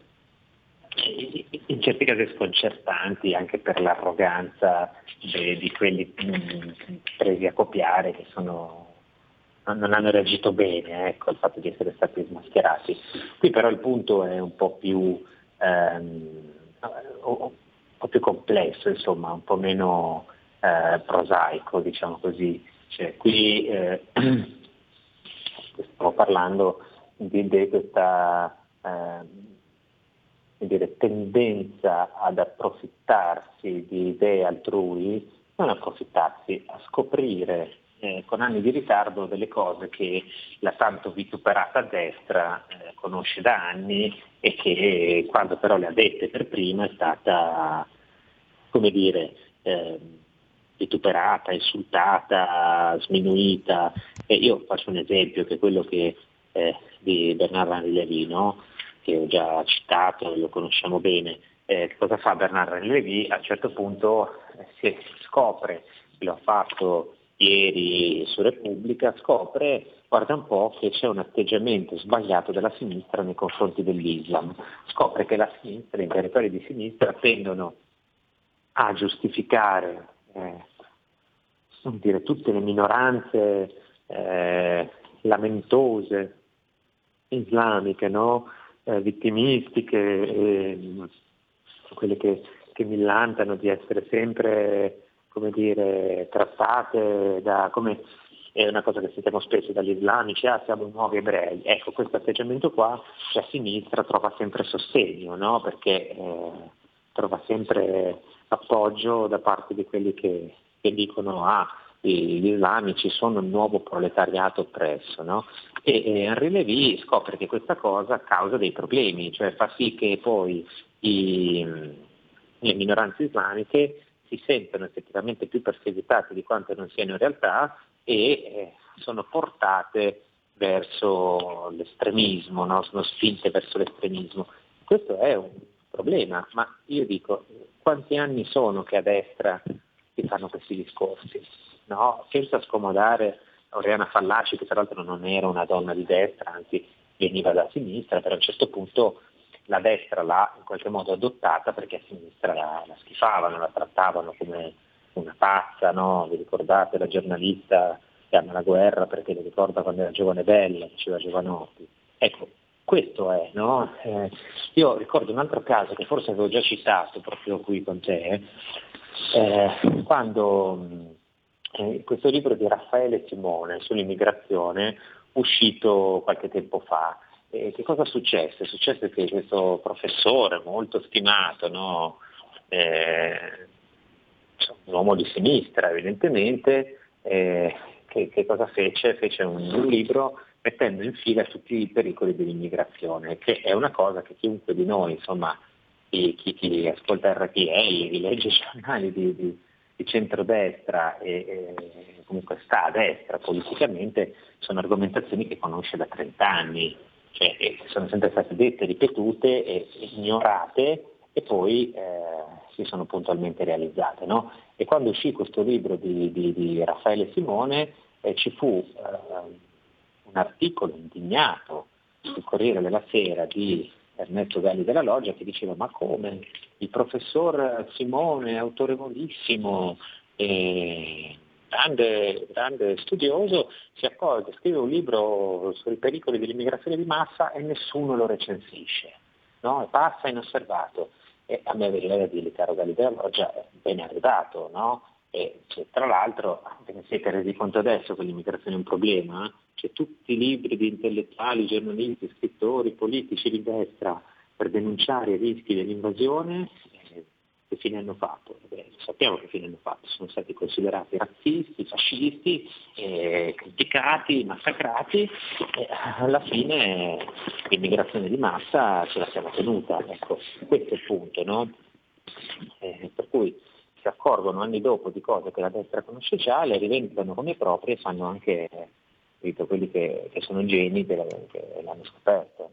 in certi casi sconcertanti anche per l'arroganza de, di quelli mh, presi a copiare, che sono, non hanno reagito bene, ecco, al fatto di essere stati smascherati. Qui però il punto è un po' più ehm, un po' più complesso, insomma, un po' meno eh, prosaico, diciamo così. Cioè, qui eh, stiamo parlando di, di questa eh, dire, tendenza ad approfittarsi di idee altrui, non approfittarsi, a scoprire eh, con anni di ritardo delle cose che la tanto vituperata destra eh, conosce da anni e che quando però le ha dette per prima è stata, come dire, eh, vituperata, insultata, sminuita. E io faccio un esempio che è quello che, eh, di Bernard-Henri Lévy, no? Che ho già citato, lo conosciamo bene. Eh, cosa fa Bernard-Henri Lévy? A un certo punto eh, si scopre, l'ho fatto ieri su Repubblica, scopre, guarda un po', che c'è un atteggiamento sbagliato della sinistra nei confronti dell'Islam. Scopre che la sinistra, i territori di sinistra tendono a giustificare eh, non dire, tutte le minoranze eh, lamentose islamiche, no? Eh, vittimistiche, eh, quelle che, che millantano di essere sempre, come dire, trattate da, come è una cosa che sentiamo spesso dagli islamici, ah, siamo i nuovi ebrei. Ecco, questo atteggiamento qua la sinistra trova sempre sostegno, no? Perché eh, trova sempre appoggio da parte di quelli che, che dicono ah, gli islamici sono il nuovo proletariato oppresso, no? E, e Henri Lévy scopre che questa cosa causa dei problemi, cioè fa sì che poi i, le minoranze islamiche si sentono effettivamente più perseguitate di quanto non siano in realtà e eh, sono portate verso l'estremismo, no? Sono spinte verso l'estremismo. Questo è un problema, ma io dico, quanti anni sono che a destra si fanno questi discorsi? No, senza scomodare Oriana Fallaci, che tra l'altro non era una donna di destra, anzi veniva da sinistra, però a un certo punto la destra l'ha in qualche modo adottata perché a sinistra la, la schifavano, la trattavano come una pazza, no? Vi ricordate la giornalista che ama la guerra perché le ricorda quando era giovane bella, diceva Giovanotti. Ecco, questo è, no? Eh, io ricordo un altro caso che forse avevo già citato proprio qui con te, eh, quando Eh, questo libro di Raffaele Simone sull'immigrazione, uscito qualche tempo fa. Eh, che cosa è successo? È successo che questo professore molto stimato, no? eh, un uomo di sinistra evidentemente, eh, che, che cosa fece? Fece un, un libro mettendo in fila tutti i pericoli dell'immigrazione, che è una cosa che chiunque di noi, insomma, chi, chi, chi ascolta R P L, chi legge i giornali di, di di centrodestra e, e comunque sta a destra politicamente, sono argomentazioni che conosce da trent'anni, cioè sono sempre state dette, ripetute e ignorate e poi eh, si sono puntualmente realizzate, no? E quando uscì questo libro di, di, di Raffaele Simone eh, ci fu eh, un articolo indignato sul Corriere della Sera di Ernesto Galli della Loggia che diceva ma come il professor Simone, autorevolissimo, eh, grande, grande studioso, si accorge, scrive un libro sui pericoli dell'immigrazione di massa e nessuno lo recensisce, no? E passa inosservato. E a me veniva da dire, caro Galli della Loggia, è ben arrivato, no? E cioè, tra l'altro, ve ne siete resi conto adesso che l'immigrazione è un problema? Eh? Cioè, tutti i libri di intellettuali, giornalisti, scrittori, politici di destra per denunciare i rischi dell'invasione, eh, che fine hanno fatto? Beh, sappiamo che fine hanno fatto, sono stati considerati razzisti, fascisti, eh, criticati, massacrati, e alla fine l'immigrazione di massa ce la siamo tenuta. Ecco, questo è il punto, no? Eh, per cui si accorgono anni dopo di cose che la destra conosce già, le rivendicano come proprie e fanno anche capito, quelli che, che sono geni che, che l'hanno scoperto.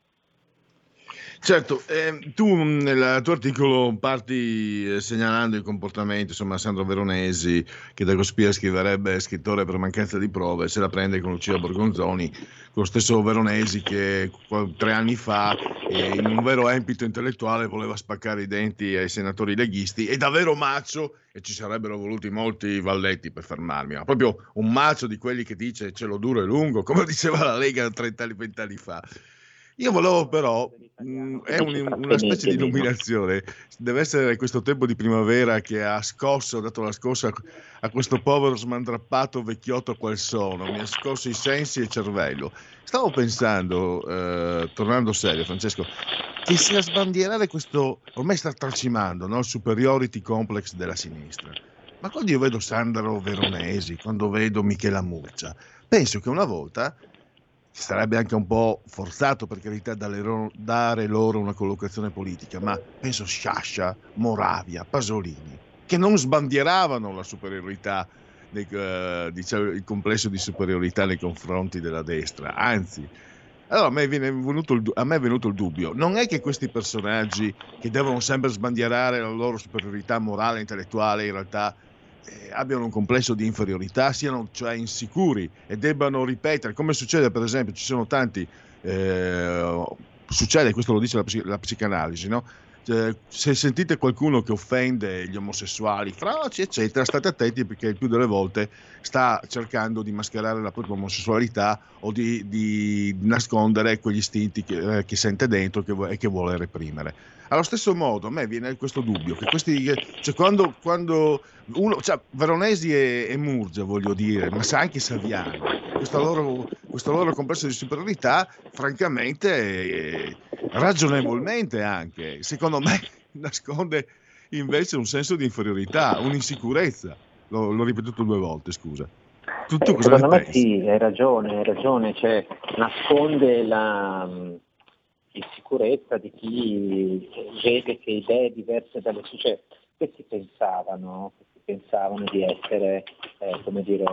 Certo, eh, tu nel tuo articolo parti eh, segnalando il comportamento, insomma, Sandro Veronesi, che da Cospia scriverebbe scrittore per mancanza di prove, se la prende con Lucia Borgonzoni, con lo stesso Veronesi che tre anni fa, eh, in un vero empito intellettuale, voleva spaccare i denti ai senatori leghisti, e davvero macio, e ci sarebbero voluti molti valletti per fermarmi, ma proprio un macio di quelli che dice cielo duro e lungo, come diceva la Lega trenta anni, venti anni fa. Io volevo però, mh, è un, una specie di illuminazione, deve essere questo tempo di primavera che ha scosso, ha dato la scossa a questo povero smandrappato vecchiotto qual sono, mi ha scosso i sensi e il cervello. Stavo pensando, eh, tornando serio Francesco, che sia sbandierare questo, ormai sta tracimando, no? Il superiority complex della sinistra. Ma quando io vedo Sandro Veronesi, quando vedo Michela Murcia, penso che una volta sarebbe anche un po' forzato, per carità, dare loro una collocazione politica, ma penso Sciascia, Moravia, Pasolini, che non sbandieravano la superiorità, nei, uh, diciamo, il complesso di superiorità nei confronti della destra, anzi. Allora a me, viene venuto il, a me è venuto il dubbio, non è che questi personaggi che devono sempre sbandierare la loro superiorità morale e intellettuale in realtà Eh, abbiano un complesso di inferiorità, siano cioè insicuri e debbano ripetere, come succede per esempio, ci sono tanti, eh, succede, questo lo dice la, la psicanalisi, no? Cioè, se sentite qualcuno che offende gli omosessuali, froci eccetera, state attenti perché il più delle volte sta cercando di mascherare la propria omosessualità o di, di nascondere quegli istinti che, eh, che sente dentro che, e che vuole reprimere. Allo stesso modo a me viene questo dubbio che questi, cioè quando, quando uno, cioè Veronesi e, e Murgia, voglio dire, ma sa anche Saviano, questo loro, questo loro complesso di superiorità francamente eh, ragionevolmente anche, secondo me nasconde invece un senso di inferiorità, un'insicurezza. L'ho, l'ho ripetuto due volte, scusa. Tu, tu cosa Secondo ne me pensi? sì, hai ragione, hai ragione, cioè nasconde la insicurezza di chi vede che idee diverse dalle sue, cioè questi pensavano, questi pensavano di essere, eh, come dire,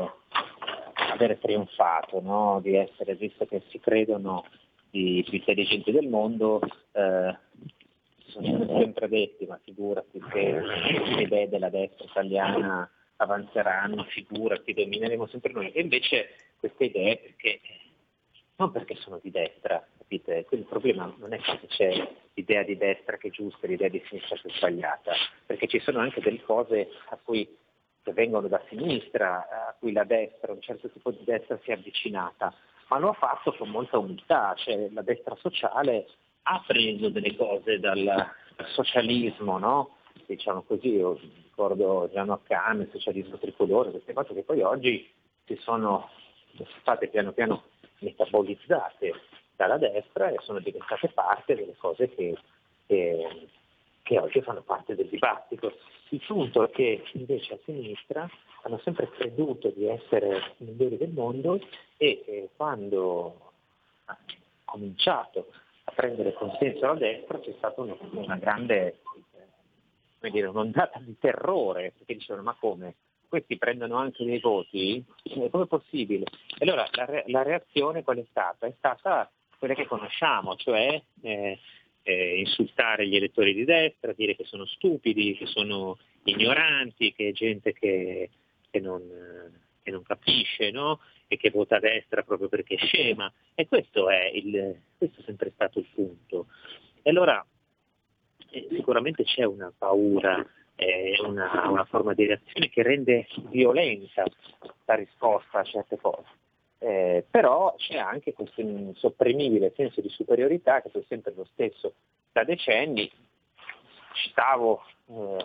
avere trionfato, no? Di essere, visto che si credono i più intelligenti del mondo, eh, sono sempre detti, ma figurati che le idee della destra italiana avanzeranno, figurati, domineremo sempre noi. E invece queste idee, perché non perché sono di destra, capite? Quindi il problema non è che c'è l'idea di destra che è giusta e l'idea di sinistra che è sbagliata, perché ci sono anche delle cose a cui, che vengono da sinistra, a cui la destra, un certo tipo di destra si è avvicinata, ma lo ha fatto con molta umiltà, cioè la destra sociale ha preso delle cose dal, dal socialismo, no? Diciamo così, io ricordo Giano Accane, il socialismo tricolore, queste cose che poi oggi si sono state piano piano metabolizzate dalla destra e sono diventate parte delle cose che, che, che oggi fanno parte del dibattito. Il punto è che invece a sinistra hanno sempre creduto di essere i migliori del mondo e eh, quando ha cominciato a prendere consenso alla destra c'è stata una, una grande, eh, come dire, un'ondata di terrore, perché dicevano ma come? Questi prendono anche dei voti? Come è possibile? E allora la, re- la reazione qual è stata? È stata quella che conosciamo, cioè eh, eh, insultare gli elettori di destra, dire che sono stupidi, che sono ignoranti, che è gente che, che, non, che non capisce, no? E che vota a destra proprio perché è scema. E questo è, il, questo è sempre stato il punto. E allora eh, sicuramente c'è una paura, è una, una forma di reazione che rende violenta la risposta a certe cose. Eh, però c'è anche questo insopprimibile senso di superiorità che è sempre lo stesso da decenni. Citavo eh,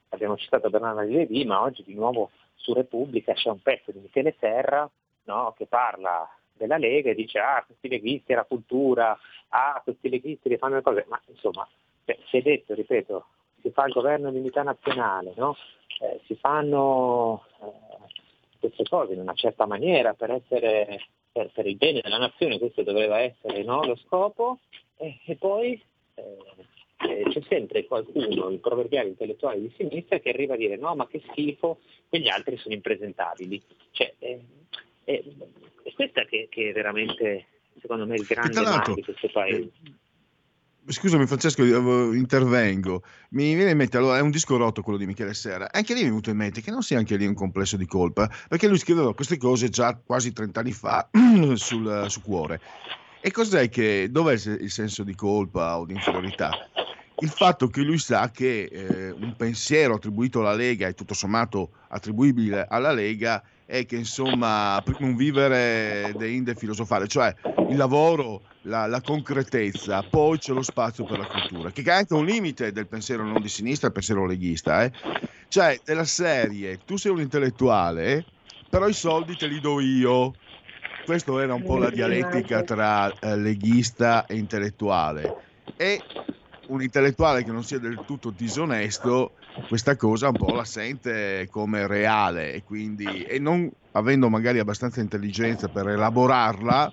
abbiamo citato Bernardo di Levi, ma oggi di nuovo su Repubblica c'è un pezzo di Michele Serra, no, che parla della Lega e dice ah questi leghisti è la cultura, ah questi leghisti che fanno le cose, ma insomma cioè, si è detto, ripeto, si fa il governo di unità nazionale, no? eh, si fanno eh, queste cose in una certa maniera per essere per, per il bene della nazione, questo doveva essere, no, lo scopo, e, e poi eh, eh, c'è sempre qualcuno, il proverbiale intellettuale di sinistra, che arriva a dire no ma che schifo, quegli altri sono impresentabili. Cioè, eh, eh, è questa che, che è veramente, secondo me, il grande male di questo paese. Scusami Francesco, intervengo. Mi viene in mente, allora, è un disco rotto quello di Michele Serra. Anche lì mi è venuto in mente che non sia anche lì un complesso di colpa, perché lui scriveva queste cose già quasi trent'anni fa sul, su Cuore. E cos'è che, dov'è il senso di colpa o di inferiorità? Il fatto che lui sa che eh, un pensiero attribuito alla Lega e tutto sommato attribuibile alla Lega è che insomma un vivere de inde filosofale, cioè il lavoro, la, la concretezza, poi c'è lo spazio per la cultura, che è anche un limite del pensiero non di sinistra, il pensiero leghista, eh? Cioè della serie, tu sei un intellettuale, però i soldi te li do io. Questa era un po' la dialettica tra eh, leghista e intellettuale, e un intellettuale che non sia del tutto disonesto questa cosa un po' la sente come reale, e quindi, e non avendo magari abbastanza intelligenza per elaborarla,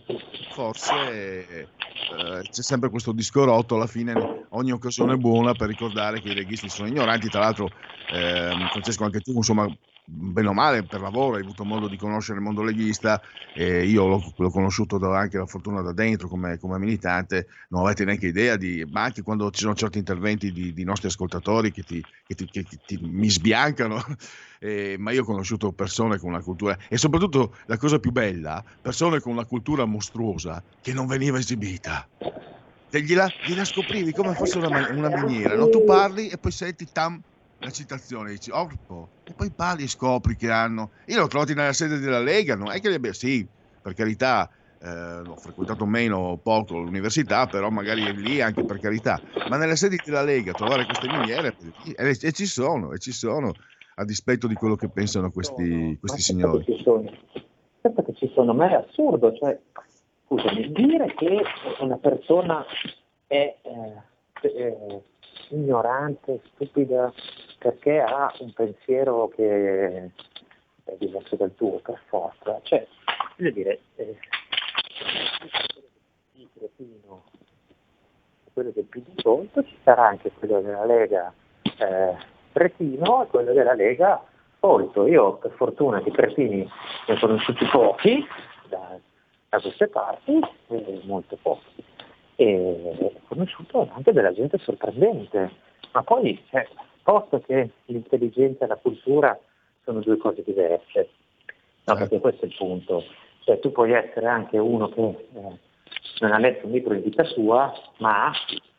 forse eh, c'è sempre questo disco rotto. Alla fine ogni occasione è buona per ricordare che i leghisti sono ignoranti. Tra l'altro eh, Francesco, anche tu insomma bene o male per lavoro hai avuto modo di conoscere il mondo leghista, eh, io l'ho, l'ho conosciuto da, anche la fortuna da dentro come, come militante, non avete neanche idea di, ma anche quando ci sono certi interventi di, di nostri ascoltatori che ti, che ti, che ti mi sbiancano, eh, ma io ho conosciuto persone con una cultura, e soprattutto la cosa più bella, persone con una cultura mostruosa che non veniva esibita. Te gliela, gliela scoprivi come fosse una, una miniera, no? Tu parli e poi senti tam la citazione, dici oh, e poi parli e scopri che hanno, io l'ho trovati nella sede della Lega, non è che li abbia, sì, per carità, eh, ho frequentato meno poco l'università, però magari è lì anche per carità, ma nelle sedi della Lega trovare queste miniere e, e ci sono, e ci sono, a dispetto di quello che pensano questi, questi signori. Che ci sono. Certo che ci sono, ma è assurdo, cioè, scusami, dire che una persona è eh, eh, ignorante, stupida, perché ha un pensiero che è diverso dal tuo, per forza. Cioè, voglio dire, eh, il cretino, quello del P D Volto, ci sarà anche quello della Lega eh, cretino e quello della Lega Volto. Io per fortuna di cretini ne ho conosciuti pochi da, da queste parti, eh, molto pochi. E ho conosciuto anche della gente sorprendente, ma poi cioè, posto che l'intelligenza e la cultura sono due cose diverse, no, perché questo è il punto, cioè tu puoi essere anche uno che eh, non ha letto un libro in vita sua, ma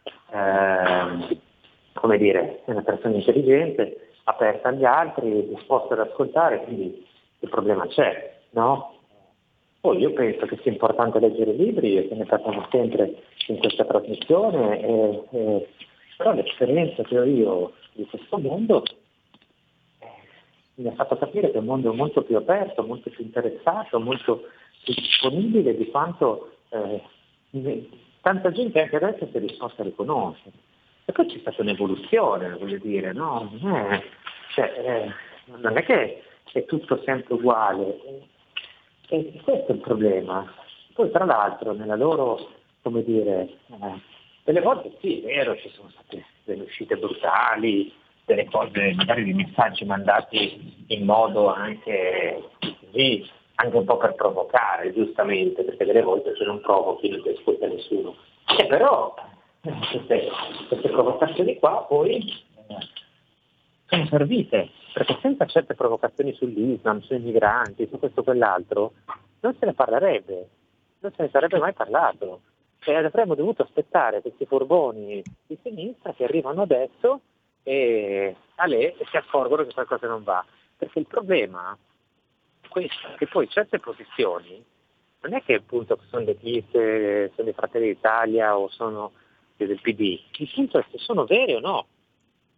eh, come dire, è una persona intelligente, aperta agli altri, disposta ad ascoltare, quindi il problema c'è, no? Poi io penso che sia importante leggere libri, e che ne parliamo sempre in questa trasmissione, e, e, però l'esperienza che ho io di questo mondo eh, mi ha fatto capire che è un mondo molto più aperto, molto più interessato, molto più disponibile di quanto eh, tanta gente anche adesso si è disposta a riconoscere. E poi c'è stata un'evoluzione, voglio dire, no? Non è, cioè, eh, non è che è tutto sempre uguale. E questo è il problema. Poi tra l'altro nella loro, come dire, eh, delle volte sì, è vero, ci sono state delle uscite brutali, delle cose, magari dei messaggi mandati in modo anche così, anche un po' per provocare, giustamente, perché delle volte se non provochi non ti ascolta nessuno. E però eh, queste, queste provocazioni qua poi eh, sono servite, perché senza certe provocazioni sull'Islam, sui migranti, su questo o quell'altro, non se ne parlerebbe, non se ne sarebbe mai parlato. E avremmo dovuto aspettare questi furboni di sinistra che arrivano adesso e a lei si accorgono che qualcosa non va. Perché il problema è questo, che poi certe posizioni non è che appunto sono leghiste, sono dei Fratelli d'Italia o sono del P D, il punto è se sono vere o no.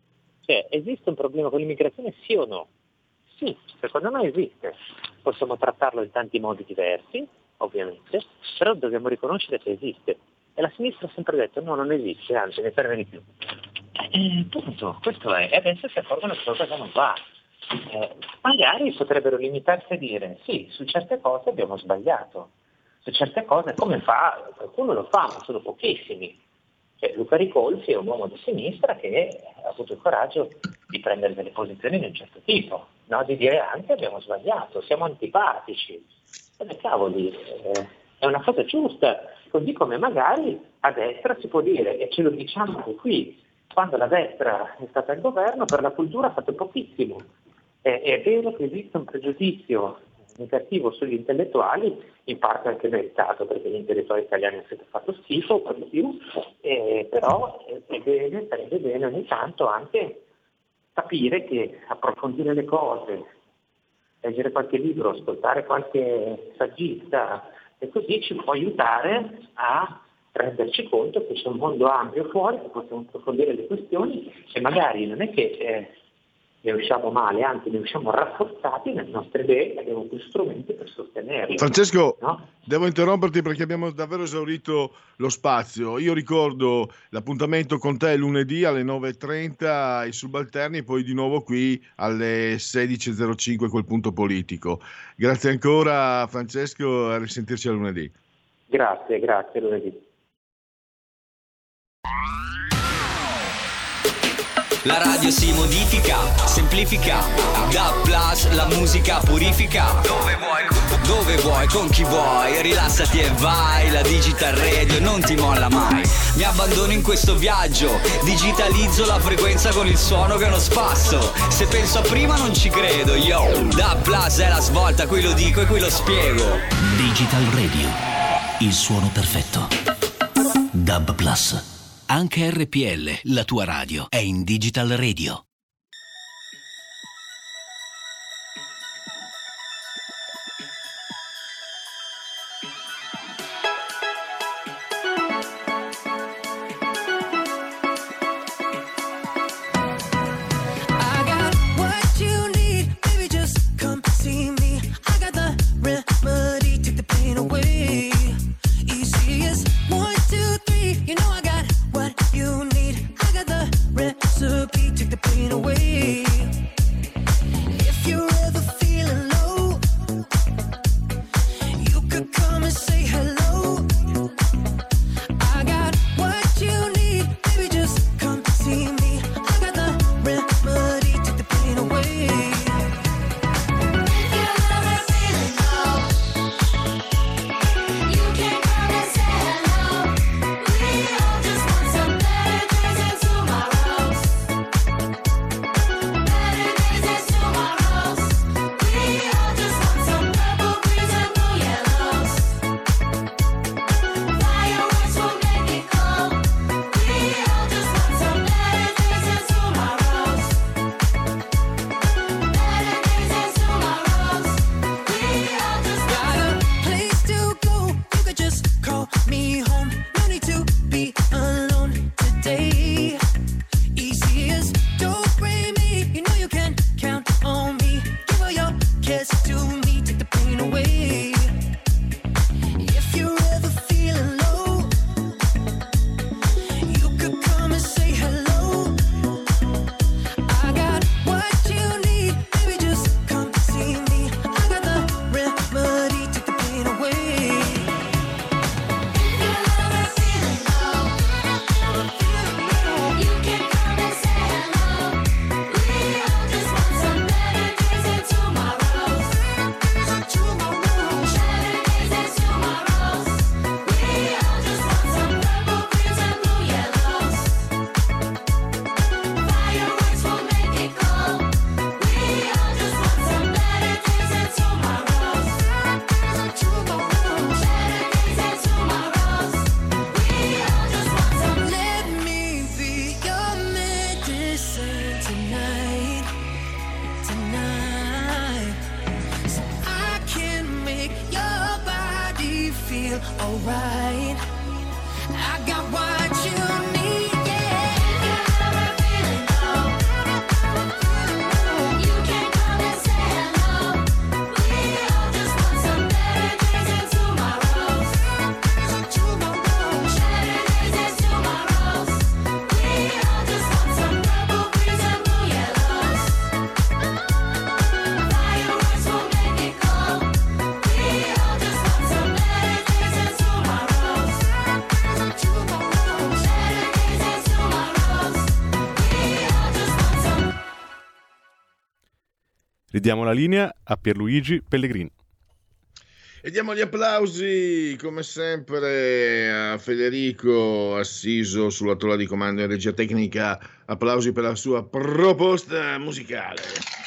Cioè, esiste un problema con l'immigrazione, sì o no? Sì, secondo me esiste. Possiamo trattarlo in tanti modi diversi, ovviamente, però dobbiamo riconoscere che esiste. E la sinistra ha sempre detto no, non esiste, anzi ne serve di più. Eh, punto, questo è. E adesso si accorgono che qualcosa non va. Eh, magari potrebbero limitarsi a dire sì, su certe cose abbiamo sbagliato. Su certe cose come fa? Qualcuno lo fa, ma sono pochissimi. Cioè, Luca Ricolfi è un uomo di sinistra che ha avuto il coraggio di prendere delle posizioni di un certo tipo, no? Di dire anche abbiamo sbagliato, siamo antipatici. E cavoli, eh, è una cosa giusta, così come magari a destra si può dire, e ce lo diciamo anche qui, quando la destra è stata al governo per la cultura ha fatto pochissimo. Eh, è vero che esiste un pregiudizio negativo sugli intellettuali, in parte anche meritato perché gli intellettuali italiani hanno sempre fatto schifo, per di più, eh, però è bene, sarebbe bene ogni tanto anche capire che approfondire le cose, leggere qualche libro, ascoltare qualche saggista e così ci può aiutare a renderci conto che c'è un mondo ampio fuori, che possiamo approfondire le questioni e magari non è che eh, ne usciamo male, anzi ne usciamo rafforzati nelle nostre idee e abbiamo più strumenti per sostenerle. Francesco, no? Devo interromperti perché abbiamo davvero esaurito lo spazio. Io ricordo l'appuntamento con te lunedì alle nove e trenta ai Subalterni e poi di nuovo qui alle sedici e zero cinque col punto politico. Grazie ancora Francesco, a risentirci a lunedì. Grazie, grazie, lunedì. La radio si modifica, semplifica, da plus la musica purifica. Dove vuoi, dove vuoi, con chi vuoi, rilassati e vai. La Digital Radio non ti molla mai. Mi abbandono in questo viaggio, digitalizzo la frequenza con il suono che è uno spasso. Se penso a prima non ci credo, yo. Da plus è la svolta, qui lo dico e qui lo spiego. Digital Radio, il suono perfetto. Dub Plus. Anche R P L, la tua radio, è in Digital Radio. Ridiamo la linea a Pierluigi Pellegrini. E diamo gli applausi, come sempre, a Federico, assiso sulla tolla di comando in regia tecnica. Applausi per la sua proposta musicale.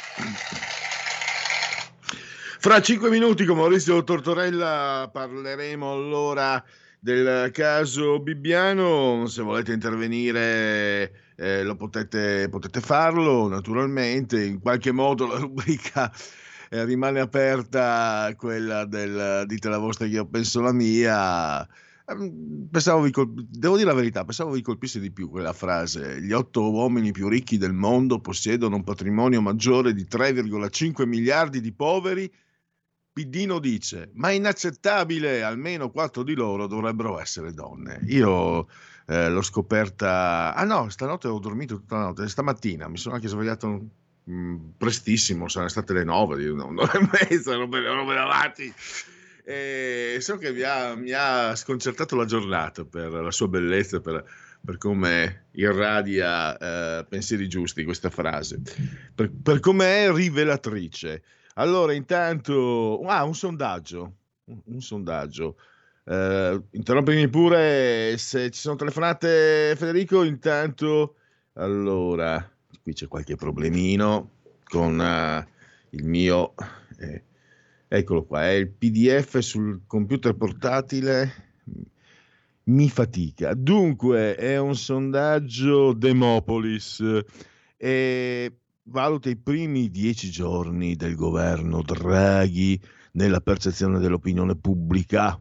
Fra cinque minuti con Maurizio Tortorella parleremo allora del caso Bibbiano. Se volete intervenire eh, lo potete, potete farlo naturalmente. In qualche modo la rubrica eh, rimane aperta, quella del dite la vostra che io penso la mia. Pensavo vi colp- devo dire la verità, pensavo vi colpisse di più quella frase: gli otto uomini più ricchi del mondo possiedono un patrimonio maggiore di tre virgola cinque miliardi di poveri. Piddino dice: ma è inaccettabile, almeno quattro di loro dovrebbero essere donne. Io eh, l'ho scoperta, ah no, stanotte ho dormito tutta la notte, stamattina mi sono anche svegliato mh, prestissimo, saranno state le nove, un'ora e mezza, non me ne avanti. E so che mi ha, mi ha sconcertato la giornata per la sua bellezza, per, per come irradia eh, pensieri giusti questa frase, per, per come è rivelatrice. Allora, intanto, ah, un sondaggio, un, un sondaggio. Eh, interrompimi pure se ci sono telefonate, Federico. Intanto, allora, qui c'è qualche problemino con uh, il mio, eh, eccolo qua, è il P D F sul computer portatile, mi fatica. Dunque, è un sondaggio Demopolis e valuta i primi dieci giorni del governo Draghi nella percezione dell'opinione pubblica.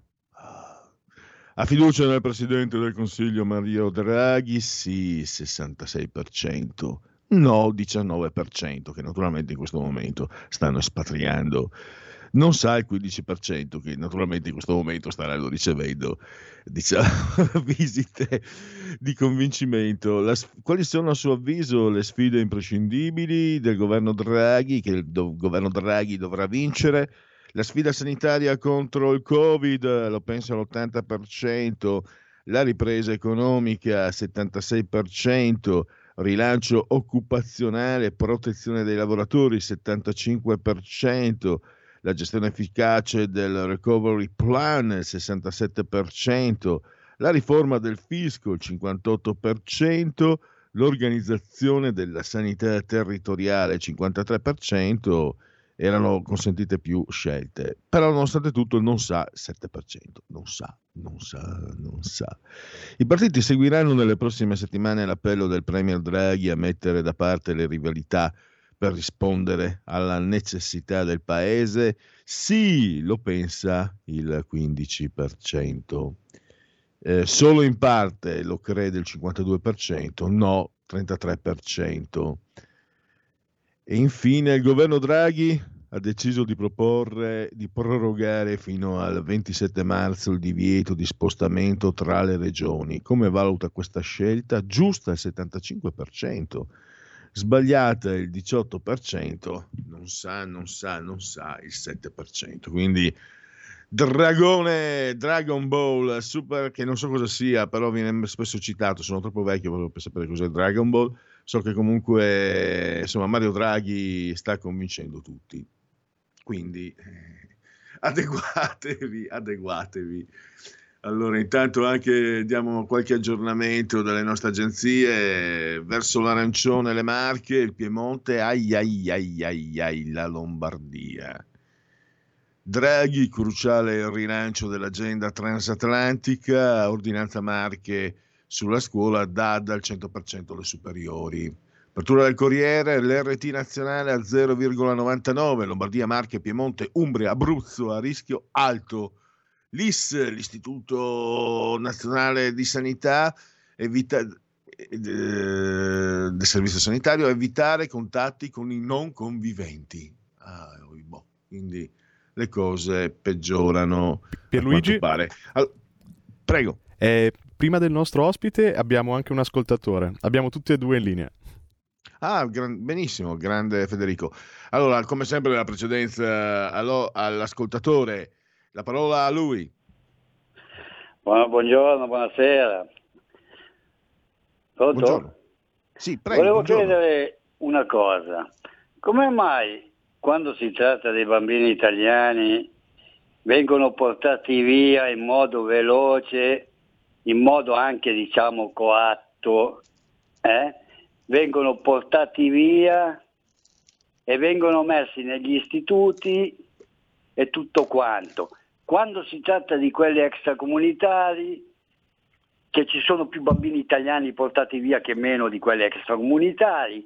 Ha fiducia nel Presidente del Consiglio Mario Draghi? Sì, sessantasei per cento. No, diciannove per cento, che naturalmente in questo momento stanno espatriando. Non sa il quindici per cento, che naturalmente in questo momento staranno ricevendo, diciamo, visite di convincimento. La, quali sono a suo avviso le sfide imprescindibili del governo Draghi, che il do, governo Draghi dovrà vincere? La sfida sanitaria contro il Covid, lo pensa l'ottanta per cento, la ripresa economica settantasei per cento, rilancio occupazionale, protezione dei lavoratori settantacinque per cento, la gestione efficace del recovery plan il sessantasette per cento, la riforma del fisco il cinquantotto per cento, l'organizzazione della sanità territoriale il cinquantatré per cento, erano consentite più scelte, però nonostante tutto il non sa sette per cento, non sa, non sa, non sa. I partiti seguiranno nelle prossime settimane l'appello del Premier Draghi a mettere da parte le rivalità per rispondere alla necessità del paese? Sì, lo pensa il quindici per cento. Eh, solo in parte lo crede il cinquantadue per cento, no, trentatré per cento. E infine il governo Draghi ha deciso di proporre di prorogare fino al ventisette marzo il divieto di spostamento tra le regioni. Come valuta questa scelta? Giusta il settantacinque per cento. Sbagliata il diciotto per cento, non sa, non sa, non sa il sette per cento. Quindi Dragone, Dragon Ball Super, che non so cosa sia, però viene spesso citato, sono troppo vecchio per sapere cos'è Dragon Ball. So che comunque insomma Mario Draghi sta convincendo tutti, quindi eh, adeguatevi, adeguatevi. Allora, intanto anche diamo qualche aggiornamento dalle nostre agenzie verso l'Arancione, le Marche, il Piemonte, ai ai ai ai ai, la Lombardia. Draghi, cruciale il rilancio dell'agenda transatlantica, ordinanza Marche sulla scuola, D A D al cento per cento le superiori. Apertura del Corriere, l'R T nazionale a zero virgola novantanove, Lombardia, Marche, Piemonte, Umbria, Abruzzo a rischio alto. L'I S, l'Istituto Nazionale di Sanità, evita, eh, del Servizio Sanitario, evitare contatti con i non conviventi. Ah, boh, quindi le cose peggiorano. Pierluigi? Pare. Allora, prego. Eh, prima del nostro ospite abbiamo anche un ascoltatore. Abbiamo tutti e due in linea. Ah, gran, benissimo, grande Federico. Allora, come sempre la precedenza allo, all'ascoltatore. La parola a lui. Buongiorno, buonasera. Pronto? Buongiorno. Sì, prego. Volevo buongiorno. chiedere una cosa. Come mai quando si tratta dei bambini italiani vengono portati via in modo veloce, in modo anche diciamo coatto, eh? vengono portati via e vengono messi negli istituti e tutto quanto. Quando si tratta di quelli extracomunitari, che ci sono più bambini italiani portati via che meno di quelli extracomunitari,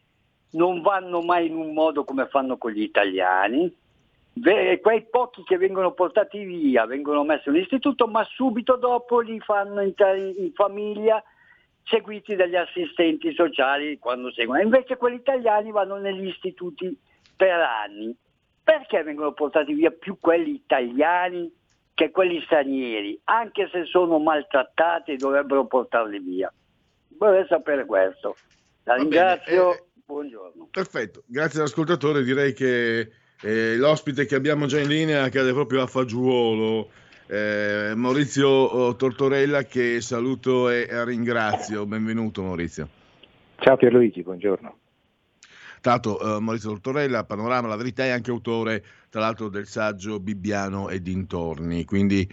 non vanno mai in un modo come fanno con gli italiani, e quei pochi che vengono portati via vengono messi in istituto, ma subito dopo li fanno entrare in famiglia, seguiti dagli assistenti sociali quando seguono. Invece quelli italiani vanno negli istituti per anni. Perché vengono portati via più quelli italiani che quelli stranieri? Anche se sono maltrattati dovrebbero portarli via. Vorrei sapere questo. La ringrazio, eh, buongiorno. Perfetto, grazie all'ascoltatore. Direi che eh, l'ospite che abbiamo già in linea cade proprio a fagiolo. Eh, Maurizio Tortorella, che saluto e ringrazio. Benvenuto Maurizio. Ciao Pierluigi, buongiorno. Tra l'altro eh, Maurizio Tortorella, Panorama, La Verità, è anche autore tra l'altro del saggio Bibbiano e dintorni, quindi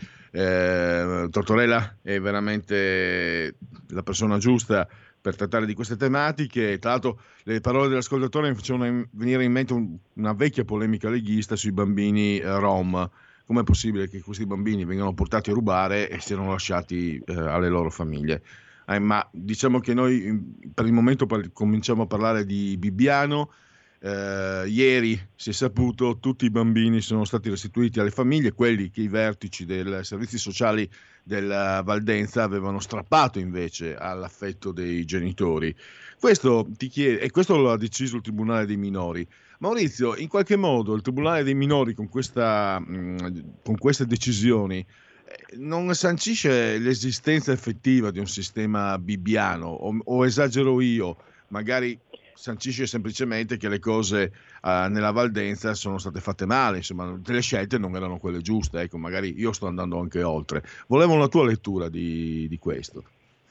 eh, Tortorella è veramente la persona giusta per trattare di queste tematiche. Tra l'altro le parole dell'ascoltatore mi facevano venire in mente un, una vecchia polemica leghista sui bambini eh, rom. Com'è possibile che questi bambini vengano portati a rubare e siano lasciati eh, alle loro famiglie? Eh, ma diciamo che noi per il momento par- cominciamo a parlare di Bibbiano. Eh, ieri si è saputo tutti i bambini sono stati restituiti alle famiglie, quelli che i vertici dei servizi sociali della Valdenza avevano strappato invece all'affetto dei genitori. Questo ti chiede, e questo lo ha deciso il Tribunale dei minori. Maurizio, in qualche modo il Tribunale dei minori con, questa, mh, con queste decisioni eh, non sancisce l'esistenza effettiva di un sistema bibbiano, o, o esagero io, magari sancisce semplicemente che le cose uh, nella Valdenza sono state fatte male, insomma, le scelte non erano quelle giuste, ecco, magari io sto andando anche oltre. Volevo una tua lettura di, di questo.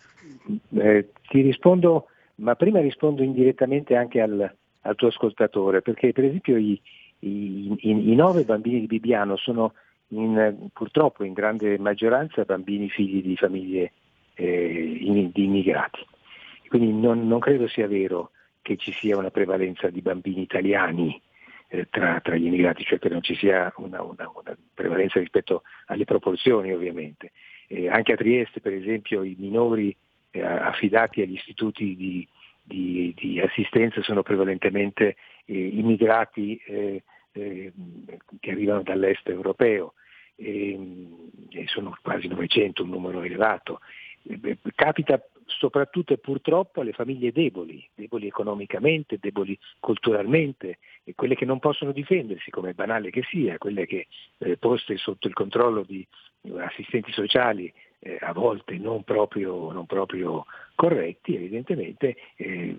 Eh, ti rispondo, ma prima rispondo indirettamente anche al, al tuo ascoltatore, perché per esempio i, i, i, i nove bambini di Bibbiano sono in, purtroppo in grande maggioranza bambini figli di famiglie eh, in, di immigrati, quindi non, non credo sia vero che ci sia una prevalenza di bambini italiani eh, tra, tra gli immigrati, cioè che non ci sia una, una, una prevalenza rispetto alle proporzioni ovviamente. Eh, anche a Trieste per esempio i minori eh, affidati agli istituti di, di, di assistenza sono prevalentemente eh, immigrati eh, eh, che arrivano dall'est europeo, e, e sono quasi novecento, un numero elevato. Eh, capita soprattutto e purtroppo alle famiglie deboli, deboli economicamente, deboli culturalmente, e quelle che non possono difendersi, come è banale che sia, quelle che eh, poste sotto il controllo di assistenti sociali eh, a volte non proprio, non proprio corretti, evidentemente eh,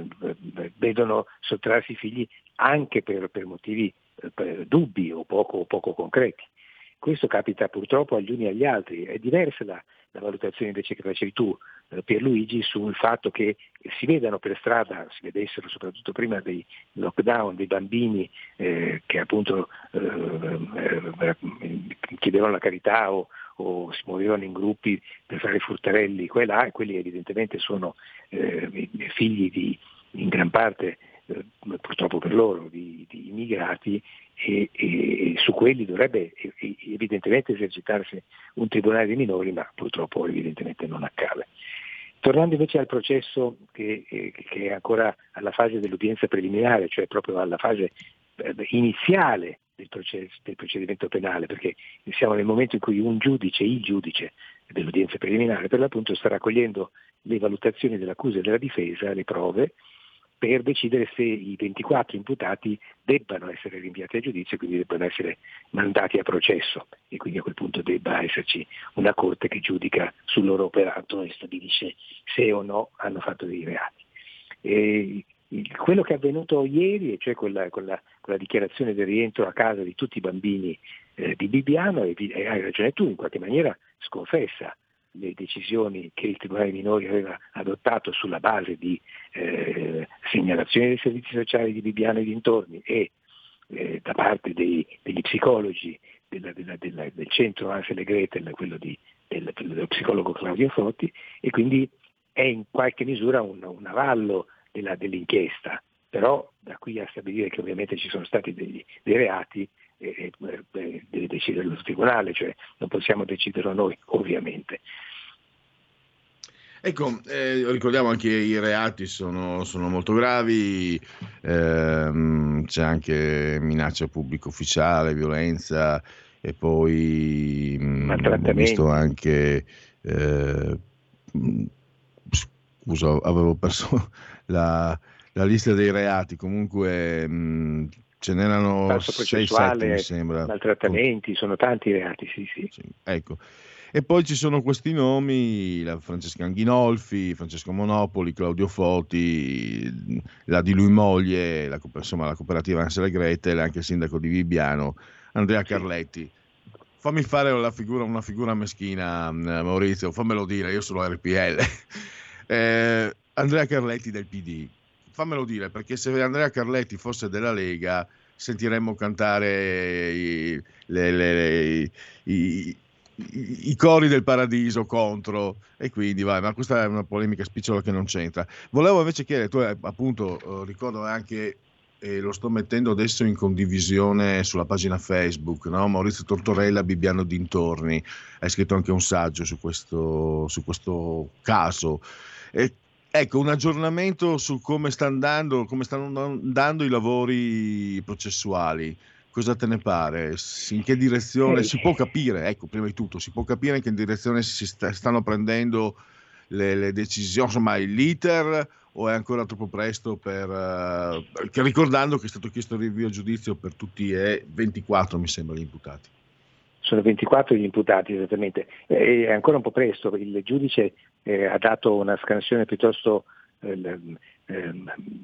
vedono sottrarsi i figli anche per, per motivi eh, per dubbi o poco, o poco concreti. Questo capita purtroppo agli uni e agli altri. È diversa la, la valutazione invece che facevi tu, eh, Pierluigi, sul fatto che si vedano per strada, si vedessero soprattutto prima dei lockdown, dei bambini eh, che appunto eh, eh, chiedevano la carità o, o si muovevano in gruppi per fare furtarelli qua e là, e quelli evidentemente sono eh, figli di, in gran parte, eh, purtroppo per loro, di, di immigrati. E, e su quelli dovrebbe evidentemente esercitarsi un tribunale dei minori, ma purtroppo evidentemente non accade. Tornando invece al processo che, che è ancora alla fase dell'udienza preliminare, cioè proprio alla fase iniziale del, processo, del procedimento penale, perché siamo nel momento in cui un giudice, il giudice dell'udienza preliminare per l'appunto, sta raccogliendo le valutazioni dell'accusa e della difesa, le prove, per decidere se i ventiquattro imputati debbano essere rinviati a giudizio e quindi debbano essere mandati a processo, e quindi a quel punto debba esserci una corte che giudica sul loro operato e stabilisce se o no hanno fatto dei reati. E quello che è avvenuto ieri, e cioè quella, quella, quella dichiarazione del rientro a casa di tutti i bambini eh, di Bibbiano, e, e hai ragione tu, in qualche maniera sconfessa le decisioni che il Tribunale dei minori aveva adottato sulla base di eh, segnalazioni dei servizi sociali di Bibbiano e dintorni e eh, da parte dei, degli psicologi della, della, della, del centro Ansel Gretel, quello, di, del, dello psicologo Claudio Foti, e quindi è in qualche misura un, un avallo della, dell'inchiesta, però da qui a stabilire che ovviamente ci sono stati dei, dei reati eh, eh, deve decidere lo tribunale, cioè non possiamo deciderlo noi ovviamente. Ecco, eh, ricordiamo anche che i reati sono, sono molto gravi, ehm, c'è anche minaccia pubblico ufficiale, violenza e poi mh, ho visto anche, eh, scusa, avevo perso la, la lista dei reati, comunque mh, ce n'erano sei sette mi sembra. Maltrattamenti, sono tanti i reati, sì, sì. sì ecco. E poi ci sono questi nomi, la Francesca Anghinolfi, Francesco Monopoli, Claudio Foti, la di lui moglie, la, insomma la cooperativa Ansel Gretel, anche il sindaco di Bibbiano, Andrea Carletti. Fammi fare la figura, una figura meschina, Maurizio, fammelo dire, io sono R P L. eh, Andrea Carletti del P D, fammelo dire, perché se Andrea Carletti fosse della Lega sentiremmo cantare i, le, le, le, i i cori del paradiso contro, e quindi vai, ma questa è una polemica spicciola che non c'entra. Volevo invece chiedere, tu appunto eh, ricordo anche, eh, lo sto mettendo adesso in condivisione sulla pagina Facebook, no? Maurizio Tortorella, Bibbiano dintorni, hai scritto anche un saggio su questo, su questo caso. E, ecco, un aggiornamento su come sta andando, come stanno andando i lavori processuali. Cosa te ne pare? In che direzione eh. si può capire? Ecco, prima di tutto, si può capire in che direzione si sta, stanno prendendo le, le decisioni, insomma, l'iter, o è ancora troppo presto per... Uh, ricordando che è stato chiesto il rinvio a giudizio per tutti e ventiquattro, mi sembra, gli imputati. Sono ventiquattro gli imputati, esattamente. Eh, è ancora un po' presto, il giudice eh, ha dato una scansione piuttosto... Eh, eh,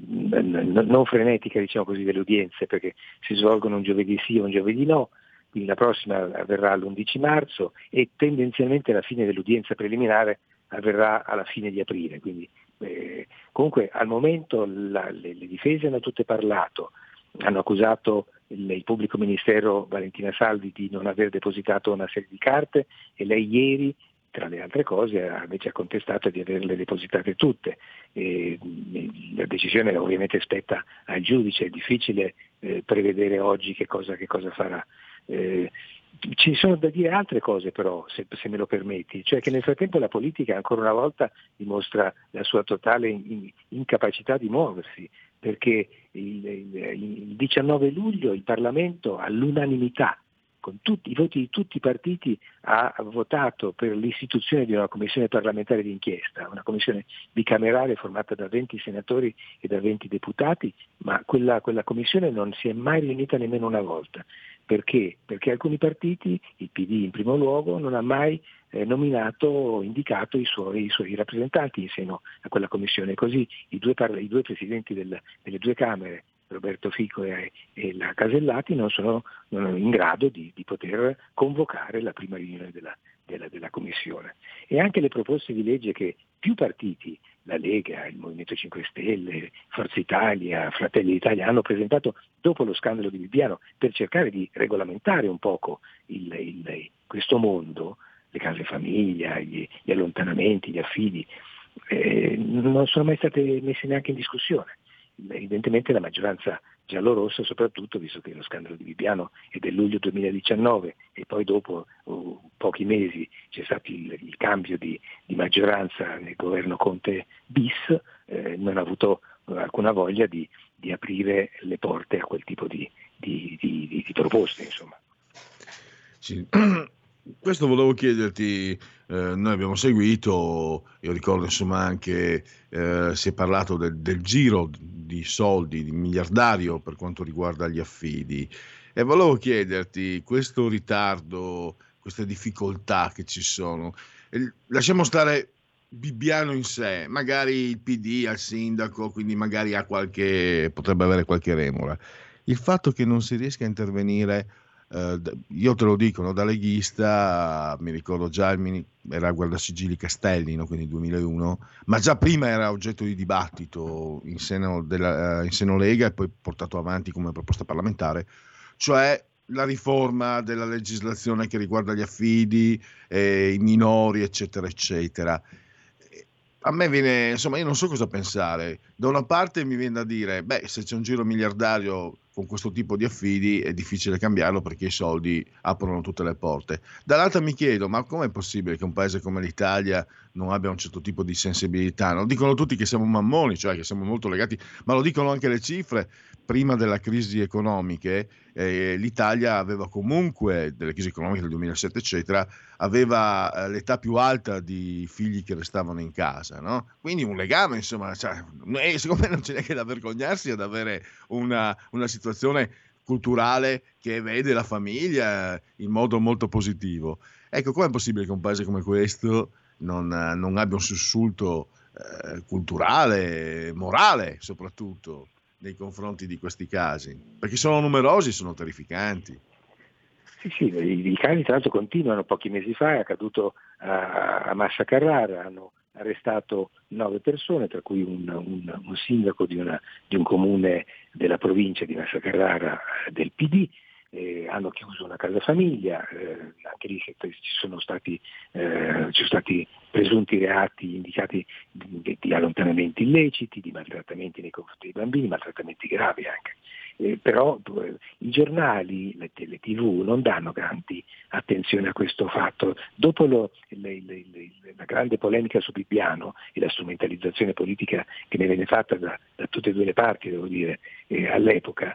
non frenetica, diciamo così, delle udienze, perché si svolgono un giovedì sì e un giovedì no, quindi la prossima avverrà l'undici marzo e tendenzialmente la fine dell'udienza preliminare avverrà alla fine di aprile, quindi eh, comunque al momento la, le, le difese hanno tutte parlato, hanno accusato il, il pubblico ministero Valentina Salvi di non aver depositato una serie di carte e lei ieri, tra le altre cose, ha invece contestato di averle depositate tutte. E la decisione ovviamente spetta al giudice, è difficile eh, prevedere oggi che cosa, che cosa farà. Eh, ci sono da dire altre cose però, se, se me lo permetti, cioè che nel frattempo la politica ancora una volta dimostra la sua totale in, incapacità di muoversi, perché il, il, il diciannove luglio il Parlamento all'unanimità, con tutti i voti di tutti i partiti, ha votato per l'istituzione di una commissione parlamentare d'inchiesta, una commissione bicamerale formata da venti senatori e da venti deputati, ma quella, quella commissione non si è mai riunita nemmeno una volta. Perché? Perché alcuni partiti, il P D in primo luogo, non ha mai eh, nominato, indicato i suoi, i suoi rappresentanti in seno a quella commissione. Così i due, parla, i due presidenti del, delle due Camere, Roberto Fico e, e la Casellati, non sono, non sono in grado di, di poter convocare la prima riunione della, della, della Commissione. E anche le proposte di legge che più partiti, la Lega, il Movimento cinque Stelle, Forza Italia, Fratelli d'Italia, hanno presentato dopo lo scandalo di Bibbiano per cercare di regolamentare un poco il, il, questo mondo, le case famiglia, gli, gli allontanamenti, gli affidi, eh, non sono mai state messe neanche in discussione. Evidentemente la maggioranza giallorossa, soprattutto visto che lo scandalo di Bibbiano è del luglio duemiladiciannove e poi dopo uh, pochi mesi c'è stato il, il cambio di, di maggioranza nel governo Conte bis, eh, non ha avuto uh, alcuna voglia di, di aprire le porte a quel tipo di, di, di, di, di proposte, insomma. Sì. Questo volevo chiederti, eh, noi abbiamo seguito, io ricordo insomma anche eh, si è parlato del, del giro di soldi, di miliardario per quanto riguarda gli affidi, e volevo chiederti questo ritardo, queste difficoltà che ci sono, eh, lasciamo stare Bibbiano in sé, magari il P D al sindaco, quindi magari ha qualche, potrebbe avere qualche remora, il fatto che non si riesca a intervenire eh, io te lo dico, no, da leghista mi ricordo già il mini, era Guardasigilli Castelli, no, quindi duemilauno, ma già prima era oggetto di dibattito in seno, della, in seno Lega e poi portato avanti come proposta parlamentare, cioè la riforma della legislazione che riguarda gli affidi, eh, i minori, eccetera, eccetera. A me viene, insomma, io non so cosa pensare. Da una parte mi viene da dire, beh, se c'è un giro miliardario con questo tipo di affidi è difficile cambiarlo perché i soldi aprono tutte le porte. Dall'altra mi chiedo, ma com'è possibile che un paese come l'Italia non abbia un certo tipo di sensibilità? Lo dicono tutti che siamo mammoni, cioè che siamo molto legati, ma lo dicono anche le cifre. Prima della crisi economiche, eh, l'Italia aveva comunque, delle crisi economiche del duemilasette eccetera, aveva eh, l'età più alta di figli che restavano in casa, no? Quindi un legame, insomma, cioè, e secondo me non c'è neanche da vergognarsi ad avere una, una situazione culturale che vede la famiglia in modo molto positivo. Ecco, com'è possibile che un paese come questo non, non abbia un sussulto eh, culturale, morale soprattutto, nei confronti di questi casi? Perché sono numerosi, sono terrificanti. Sì, sì, i, i casi tra l'altro continuano. Pochi mesi fa è accaduto a, a Massa Carrara, hanno arrestato nove persone, tra cui un, un, un sindaco di, una, di un comune della provincia di Massa Carrara del P D, eh, hanno chiuso una casa famiglia, eh, anche lì ci sono stati, eh, ci sono stati presunti reati indicati di, di allontanamenti illeciti, di maltrattamenti nei confronti dei bambini, maltrattamenti gravi anche. Eh, però eh, i giornali, le, le tivù non danno grandi attenzione a questo fatto. Dopo lo, le, le, le, la grande polemica su Bibbiano e la strumentalizzazione politica che ne venne fatta da, da tutte e due le parti, devo dire, eh, all'epoca,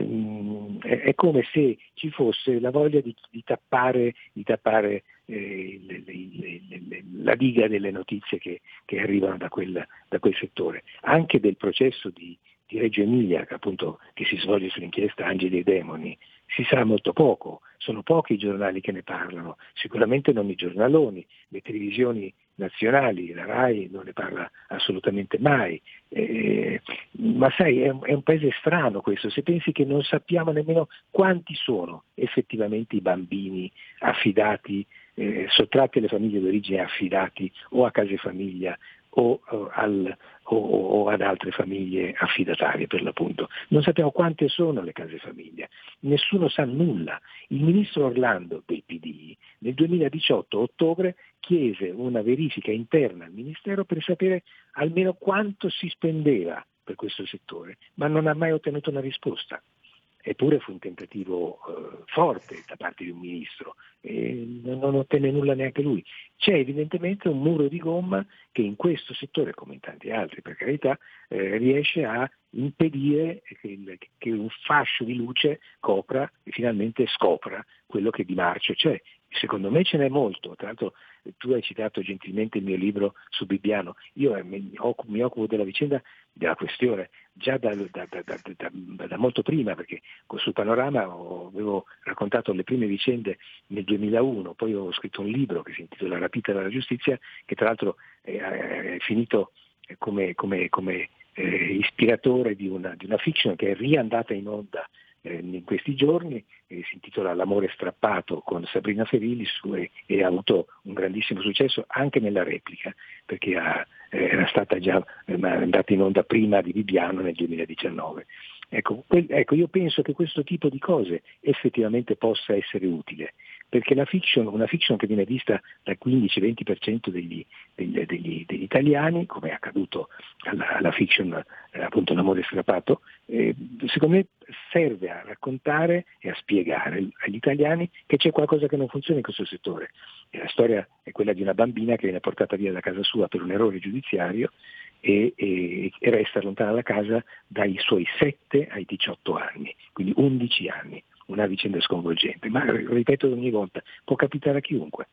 ehm, è, è come se ci fosse la voglia di, di tappare, di tappare eh, le, le, le, la diga delle notizie che, che arrivano da quel, da quel settore. Anche del processo di di Reggio Emilia, che appunto che si svolge sull'inchiesta Angeli e Demoni, si sa molto poco, sono pochi i giornali che ne parlano, sicuramente non i giornaloni, le televisioni nazionali, la RAI non ne parla assolutamente mai, eh, ma sai, è un, è un paese strano questo, se pensi che non sappiamo nemmeno quanti sono effettivamente i bambini affidati, eh, sottratti alle famiglie d'origine, affidati o a case famiglia o, o, al, o, o ad altre famiglie affidatarie per l'appunto. Non sappiamo quante sono le case famiglia, nessuno sa nulla. Il ministro Orlando del P D nel duemiladiciotto, ottobre, chiese una verifica interna al Ministero per sapere almeno quanto si spendeva per questo settore, ma non ha mai ottenuto una risposta. Eppure fu un tentativo eh, forte da parte di un ministro e non ottenne nulla neanche lui. C'è evidentemente un muro di gomma che in questo settore, come in tanti altri per carità, eh, riesce a impedire che, il, che un fascio di luce copra e finalmente scopra quello che di marcio c'è. Secondo me ce n'è molto, tra l'altro tu hai citato gentilmente il mio libro su Bibbiano, io eh, mi, occupo, mi occupo della vicenda, della questione, già da, da, da, da, da, da molto prima, perché sul Panorama ho, avevo raccontato le prime vicende nel duemilauno, poi ho scritto un libro che si intitola Rapita dalla giustizia, che tra l'altro è, è finito come, come, come eh, ispiratore di una, di una fiction che è riandata in onda in questi giorni, eh, si intitola L'amore strappato con Sabrina Ferilli su, e, e ha avuto un grandissimo successo anche nella replica, perché ha, eh, era stata già eh, andata in onda prima di Bibbiano nel duemiladiciannove. Ecco, quel, ecco, io penso che questo tipo di cose effettivamente possa essere utile, perché la fiction, una fiction che viene vista dal quindici-venti per cento degli, degli, degli, degli italiani, come è accaduto alla, alla fiction eh, appunto L'amore strappato, eh, secondo me serve a raccontare e a spiegare agli italiani che c'è qualcosa che non funziona in questo settore. E la storia è quella di una bambina che viene portata via da casa sua per un errore giudiziario e, e, e resta lontana da casa dai suoi sette ai diciotto anni, quindi undici anni. Una vicenda sconvolgente, ma ripeto ogni volta, può capitare a chiunque.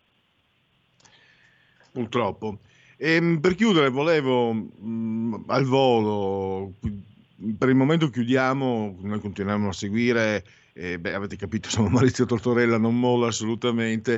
Purtroppo. E, per chiudere volevo mh, al volo, per il momento chiudiamo, noi continuiamo a seguire, eh, beh, avete capito, sono Maurizio Tortorella, non molla assolutamente,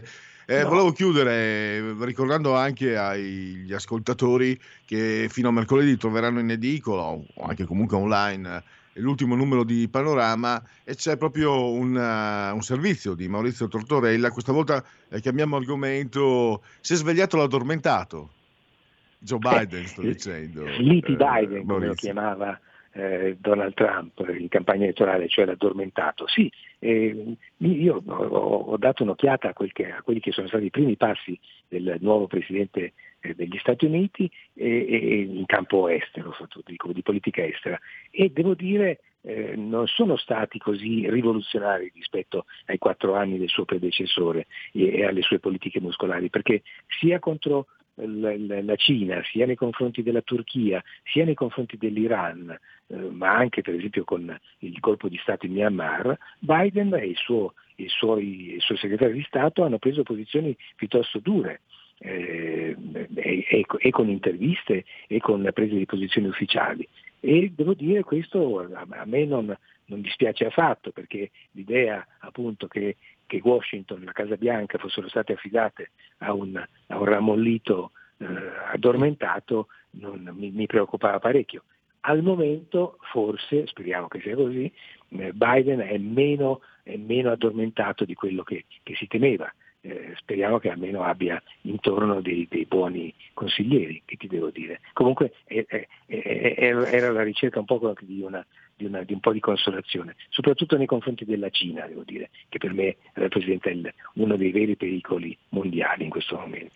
Eh, No. Volevo chiudere ricordando anche agli ascoltatori che fino a mercoledì troveranno in edicola o anche comunque online eh, l'ultimo numero di Panorama, e c'è proprio un, uh, un servizio di Maurizio Tortorella. Questa volta eh, cambiamo argomento. Si è svegliato l'addormentato. Joe Biden, sto dicendo. Sleepy eh, Biden, come lo Maurizio. chiamava eh, Donald Trump in campagna elettorale, cioè l'addormentato. Sì, eh, io ho, ho dato un'occhiata a, quel che, a quelli che sono stati i primi passi del nuovo presidente eh, degli Stati Uniti e, e in campo estero, dico, di politica estera, e devo dire eh, non sono stati così rivoluzionari rispetto ai quattro anni del suo predecessore e, e alle sue politiche muscolari, perché sia contro la, la, la Cina, sia nei confronti della Turchia, sia nei confronti dell'Iran, eh, ma anche per esempio con il colpo di Stato in Myanmar, Biden e il suo, i suoi, il suo segretario di Stato hanno preso posizioni piuttosto dure. Eh, e, e, e con interviste e con prese di posizioni ufficiali, e devo dire questo a, a me non, non dispiace affatto, perché l'idea appunto che, che Washington e la Casa Bianca fossero state affidate a un, a un rammollito eh, addormentato non, mi, mi preoccupava parecchio. Al momento forse, speriamo che sia così, eh, Biden è meno, è meno addormentato di quello che, che si temeva. Eh, speriamo che almeno abbia intorno dei, dei buoni consiglieri, che ti devo dire. Comunque è, è, è, era la ricerca un po' di, una, di, una, di un po' di consolazione, soprattutto nei confronti della Cina, devo dire, che per me rappresenta il, uno dei veri pericoli mondiali in questo momento.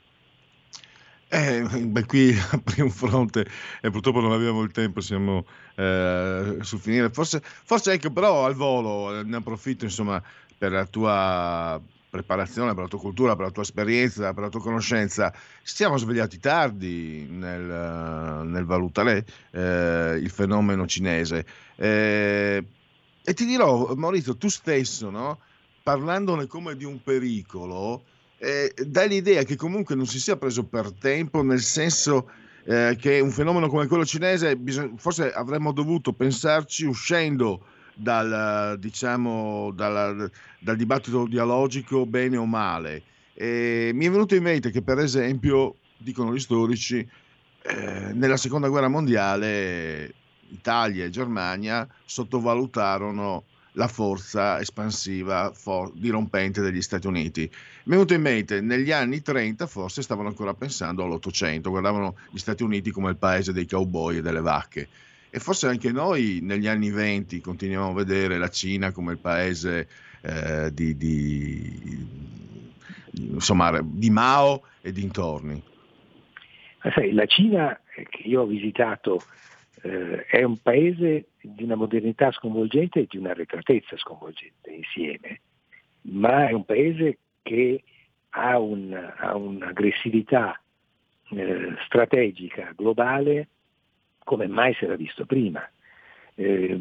Eh, beh, qui apri un fronte e purtroppo non abbiamo il tempo, siamo eh, sul finire. Forse, forse ecco, però al volo eh, ne approfitto, insomma, per la tua preparazione, per la tua cultura, per la tua esperienza, per la tua conoscenza. Siamo svegliati tardi nel, nel valutare eh, il fenomeno cinese. Eh, e ti dirò, Maurizio, tu stesso, no? Parlandone come di un pericolo, eh, dai l'idea che comunque non si sia preso per tempo, nel senso eh, che un fenomeno come quello cinese bisog- forse avremmo dovuto pensarci uscendo dal, diciamo, dal, dal dibattito dialogico, bene o male. E mi è venuto in mente che, per esempio, dicono gli storici, eh, nella seconda guerra mondiale Italia e Germania sottovalutarono la forza espansiva for- dirompente degli Stati Uniti. Mi è venuto in mente, negli anni trenta forse stavano ancora pensando all'Ottocento, guardavano gli Stati Uniti come il paese dei cowboy e delle vacche. E forse anche noi negli anni venti continuiamo a vedere la Cina come il paese eh, di, di, insomma, di Mao e dintorni. Ma sai, la Cina che io ho visitato eh, è un paese di una modernità sconvolgente e di una arretratezza sconvolgente insieme, ma è un paese che ha, un, ha un'aggressività eh, strategica globale come mai si era visto prima. Eh,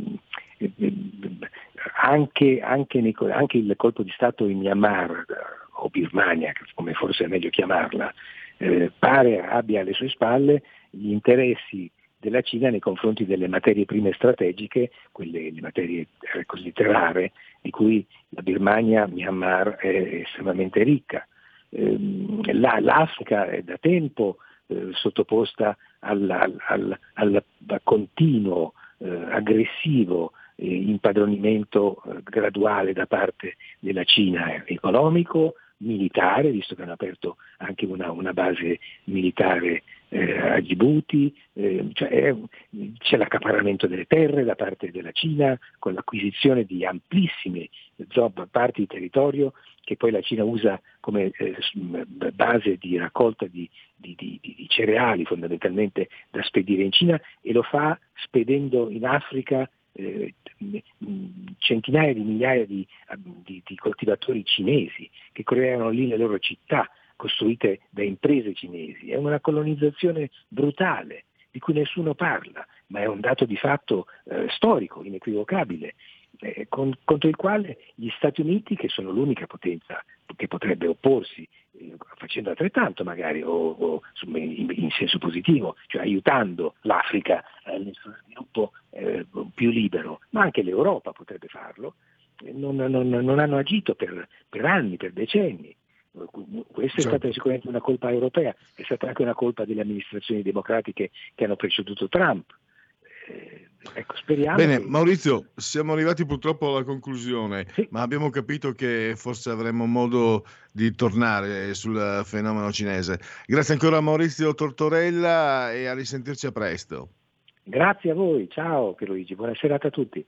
anche, anche, nei, anche il colpo di Stato in Myanmar o Birmania, come forse è meglio chiamarla, eh, pare abbia alle sue spalle gli interessi della Cina nei confronti delle materie prime strategiche, quelle le materie eh, cosiddette rare, di cui la Birmania, Myanmar è estremamente ricca. Eh, la, L'Africa è da tempo eh, sottoposta al, al, al, al continuo eh, aggressivo eh, impadronimento eh, graduale da parte della Cina, eh, economico, militare, visto che hanno aperto anche una, una base militare eh, a Djibouti, eh, cioè, eh, c'è l'accaparramento delle terre da parte della Cina con l'acquisizione di amplissime parti di territorio che poi la Cina usa come eh, base di raccolta di, di, di, di cereali fondamentalmente da spedire in Cina, e lo fa spedendo in Africa eh, centinaia di migliaia di, di, di coltivatori cinesi che creano lì le loro città costruite da imprese cinesi. È una colonizzazione brutale di cui nessuno parla, ma è un dato di fatto eh, storico, inequivocabile, eh, con, contro il quale gli Stati Uniti, che sono l'unica potenza che potrebbe opporsi, eh, facendo altrettanto magari, o, o in, in senso positivo, cioè aiutando l'Africa eh, nel suo sviluppo eh, più libero, ma anche l'Europa potrebbe farlo, non, non, non hanno agito per, per anni, per decenni. Questa è stata sicuramente una colpa europea, è stata anche una colpa delle amministrazioni democratiche che hanno preceduto Trump. Eh, ecco, speriamo. Bene, che... Maurizio, siamo arrivati purtroppo alla conclusione, sì. ma abbiamo capito che forse avremo modo di tornare sul fenomeno cinese. Grazie ancora a Maurizio Tortorella e a risentirci a presto. Grazie a voi, ciao Pierluigi, buona serata a tutti.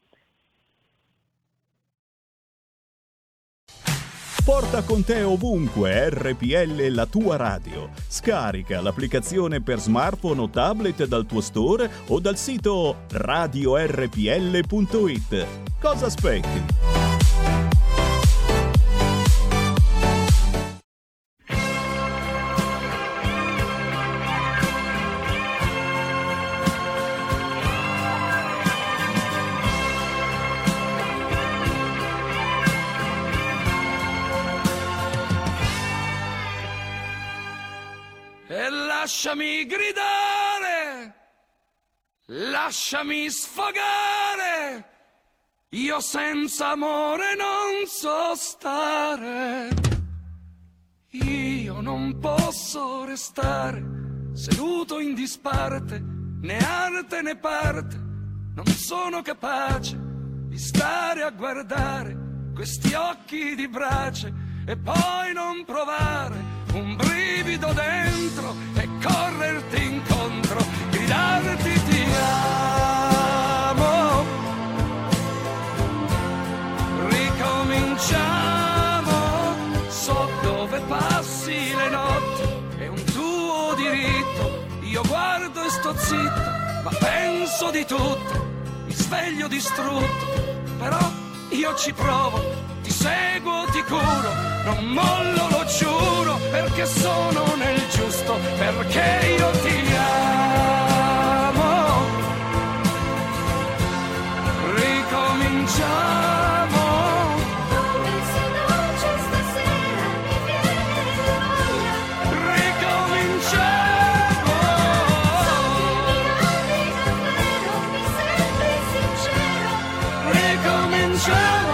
Porta con te ovunque R P L, la tua radio. Scarica l'applicazione per smartphone o tablet dal tuo store o dal sito radio r p l punto i t. Cosa aspetti? Lasciami gridare, lasciami sfogare, io senza amore non so stare. Io non posso restare seduto in disparte, né arte né parte, non sono capace di stare a guardare questi occhi di brace e poi non provare un brivido dentro e correrti incontro, gridarti ti amo. Ricominciamo, so dove passi le notti, è un tuo diritto, io guardo e sto zitto, ma penso di tutto, mi sveglio distrutto, però io ci provo. Ti seguo, ti curo, non mollo, lo giuro, perché sono nel giusto, perché io ti amo. Ricominciamo. Come se non c'è stasera, mi viene voglia. Ricominciamo. So che mi ami davvero, mi sembri sincero. Ricominciamo.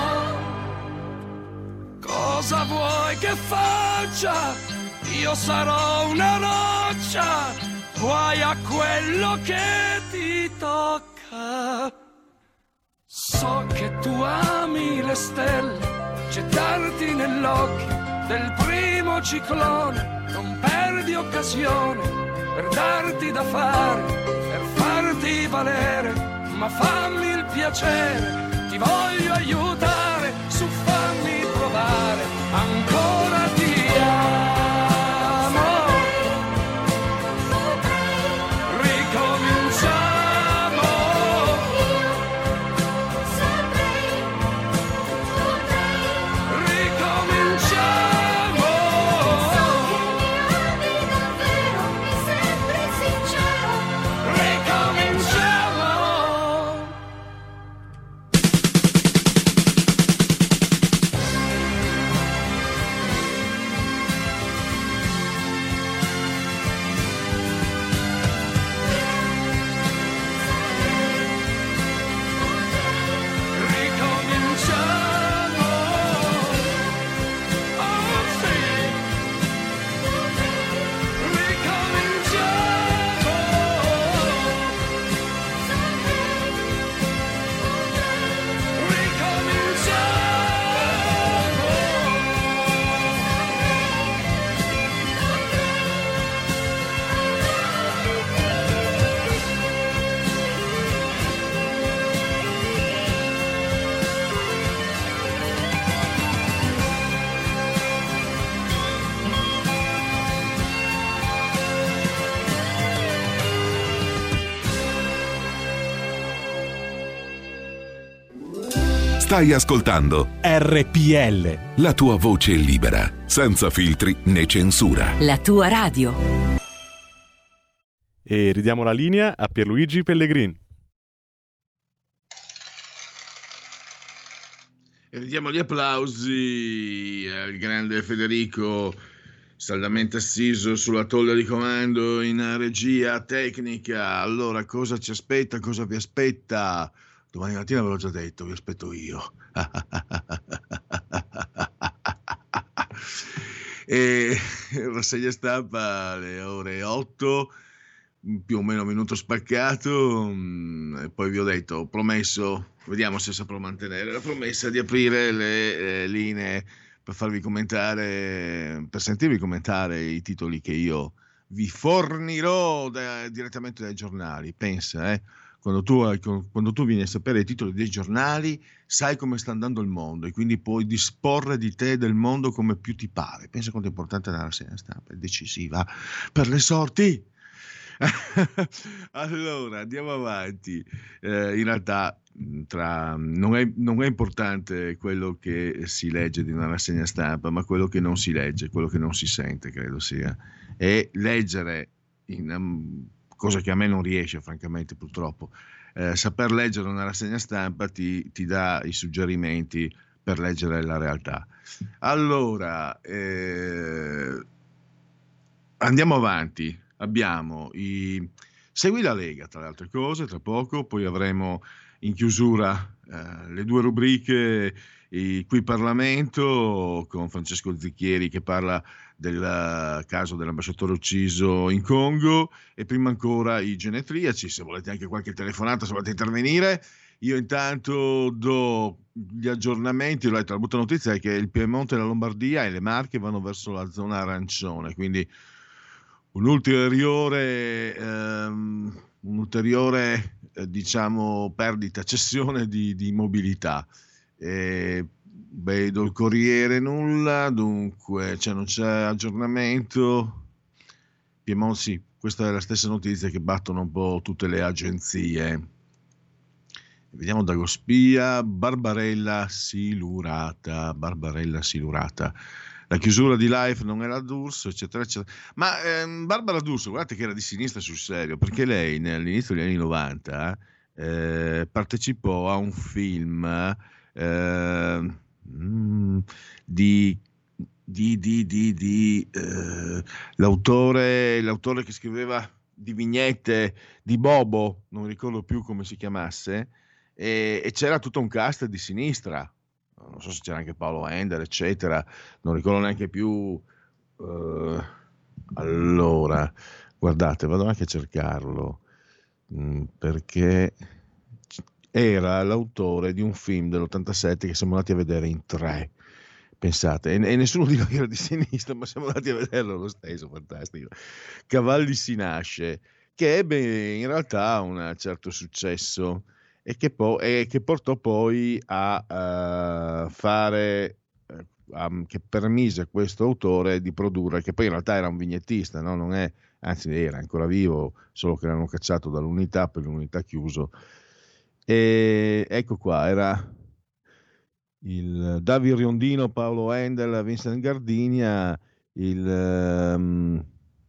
Cosa vuoi che faccia? Io sarò una roccia, guai a quello che ti tocca. So che tu ami le stelle, gettarti nell'occhio del primo ciclone, non perdi occasione per darti da fare, per farti valere, ma fammi il piacere, ti voglio aiutare, su fammi provare, ancora ti amo. Ricominciamo. Ricominciamo. Ricominciamo. Stai ascoltando R P L, la tua voce libera, senza filtri né censura. La tua radio. E ridiamo la linea a Pierluigi Pellegrin. E ridiamo gli applausi al grande Federico, saldamente assiso sulla tolla di comando in regia tecnica. Allora, cosa ci aspetta? Cosa vi aspetta? Domani mattina ve l'ho già detto, vi aspetto io. E rassegna stampa alle ore otto, più o meno minuto spaccato, e poi vi ho detto, ho promesso, vediamo se saprò mantenere la promessa di aprire le eh, linee per farvi commentare, per sentirvi commentare i titoli che io vi fornirò da, direttamente dai giornali. Pensa, eh, quando tu, hai, quando tu vieni a sapere i titoli dei giornali, sai come sta andando il mondo e quindi puoi disporre di te e del mondo come più ti pare. Pensa quanto è importante la rassegna stampa, è decisiva per le sorti. Allora, andiamo avanti. Eh, in realtà tra, non, è, non è importante quello che si legge di una rassegna stampa, ma quello che non si legge, quello che non si sente, credo sia. E leggere, in, um, cosa che a me non riesce francamente purtroppo, eh, saper leggere una rassegna stampa ti, ti dà i suggerimenti per leggere la realtà. Allora, eh, andiamo avanti. Abbiamo i Segui la Lega, tra le altre cose, tra poco, poi avremo in chiusura eh, le due rubriche, i Qui Parlamento con Francesco Zicchieri che parla del caso dell'ambasciatore ucciso in Congo, e prima ancora i genetriaci. Se volete anche qualche telefonata, se volete intervenire, io intanto do gli aggiornamenti. Ho letto la brutta notizia è che il Piemonte, la Lombardia e le Marche vanno verso la zona arancione, quindi un'ulteriore, ehm, un'ulteriore eh, diciamo perdita, cessione di, di mobilità. E vedo il Corriere nulla, dunque cioè non c'è aggiornamento. Piemonte, sì, questa è la stessa notizia che battono un po' tutte le agenzie. Vediamo Dagospia, Barbarella silurata, Barbarella silurata. La chiusura di Life non è la D'Urso, eccetera, eccetera. Ma ehm, Barbara D'Urso, guardate che era di sinistra sul serio, perché lei all'inizio degli anni novanta eh, partecipò a un film eh, mm, di, di, di, di, di eh, l'autore, l'autore che scriveva di vignette di Bobo, non ricordo più come si chiamasse, e, e c'era tutto un cast di sinistra. Non so se c'era anche Paolo Ender, eccetera, non ricordo neanche più. Uh, allora, guardate, vado anche a cercarlo, mh, perché era l'autore di un film dell'ottantasette che siamo andati a vedere in tre, pensate, e, e nessuno di noi era di sinistra, ma siamo andati a vederlo lo stesso, fantastico. Cavalli si nasce, che ebbe in realtà un certo successo, e che, po- e che portò poi a uh, fare, uh, um, che permise a questo autore di produrre, che poi in realtà era un vignettista, no? Non è, anzi era ancora vivo, solo che l'hanno cacciato dall'unità, per l'unità chiuso. E ecco qua, era il Davide Riondino, Paolo Endel, Vincent Gardigna, il, um,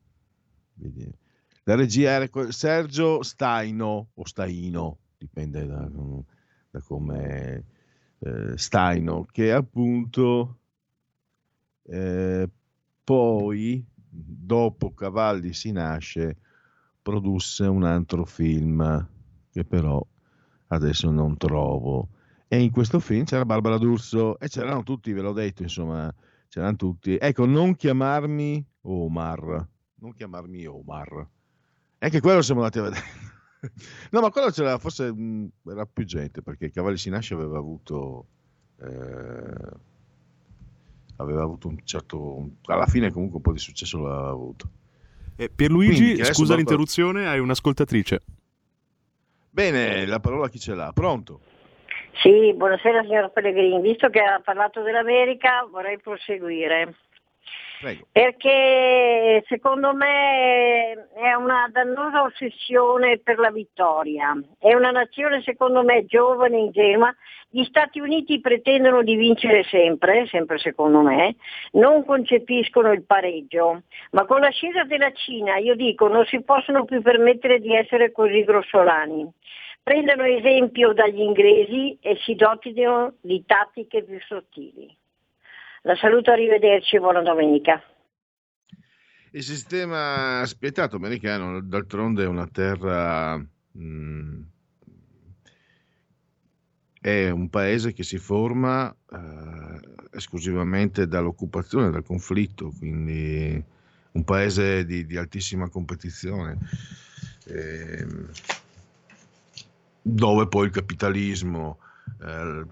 la regia era Sergio Staino o Staino, dipende da, da come eh, Staino, che appunto eh, poi dopo Cavalli si nasce produsse un altro film che però adesso non trovo, e in questo film c'era Barbara D'Urso e c'erano tutti, ve l'ho detto, insomma c'erano tutti. Ecco, Non chiamarmi Omar, non chiamarmi Omar, e anche quello siamo andati a vedere. No, ma quello c'era, forse mh, era più gente, perché Cavalli si nasce aveva avuto eh, aveva avuto un certo, alla fine comunque un po' di successo l'aveva avuto. Eh, Pierluigi, Quindi, scusa dopo... l'interruzione, hai un'ascoltatrice. Bene, la parola a chi ce l'ha? Pronto? Sì, buonasera signor Pellegrini, visto che ha parlato dell'America vorrei proseguire. Prego. Perché secondo me è una dannosa ossessione per la vittoria. È una nazione secondo me giovane, ingenua. Gli Stati Uniti pretendono di vincere sempre, sempre secondo me, non concepiscono il pareggio, ma con l'ascesa della Cina, io dico, non si possono più permettere di essere così grossolani. Prendano esempio dagli inglesi e si dotino di tattiche più sottili. La saluto, arrivederci, buona domenica. Il sistema spietato americano, d'altronde, è una terra, mh, è un paese che si forma uh, esclusivamente dall'occupazione, dal conflitto, quindi un paese di, di altissima competizione, eh, dove poi il capitalismo eh,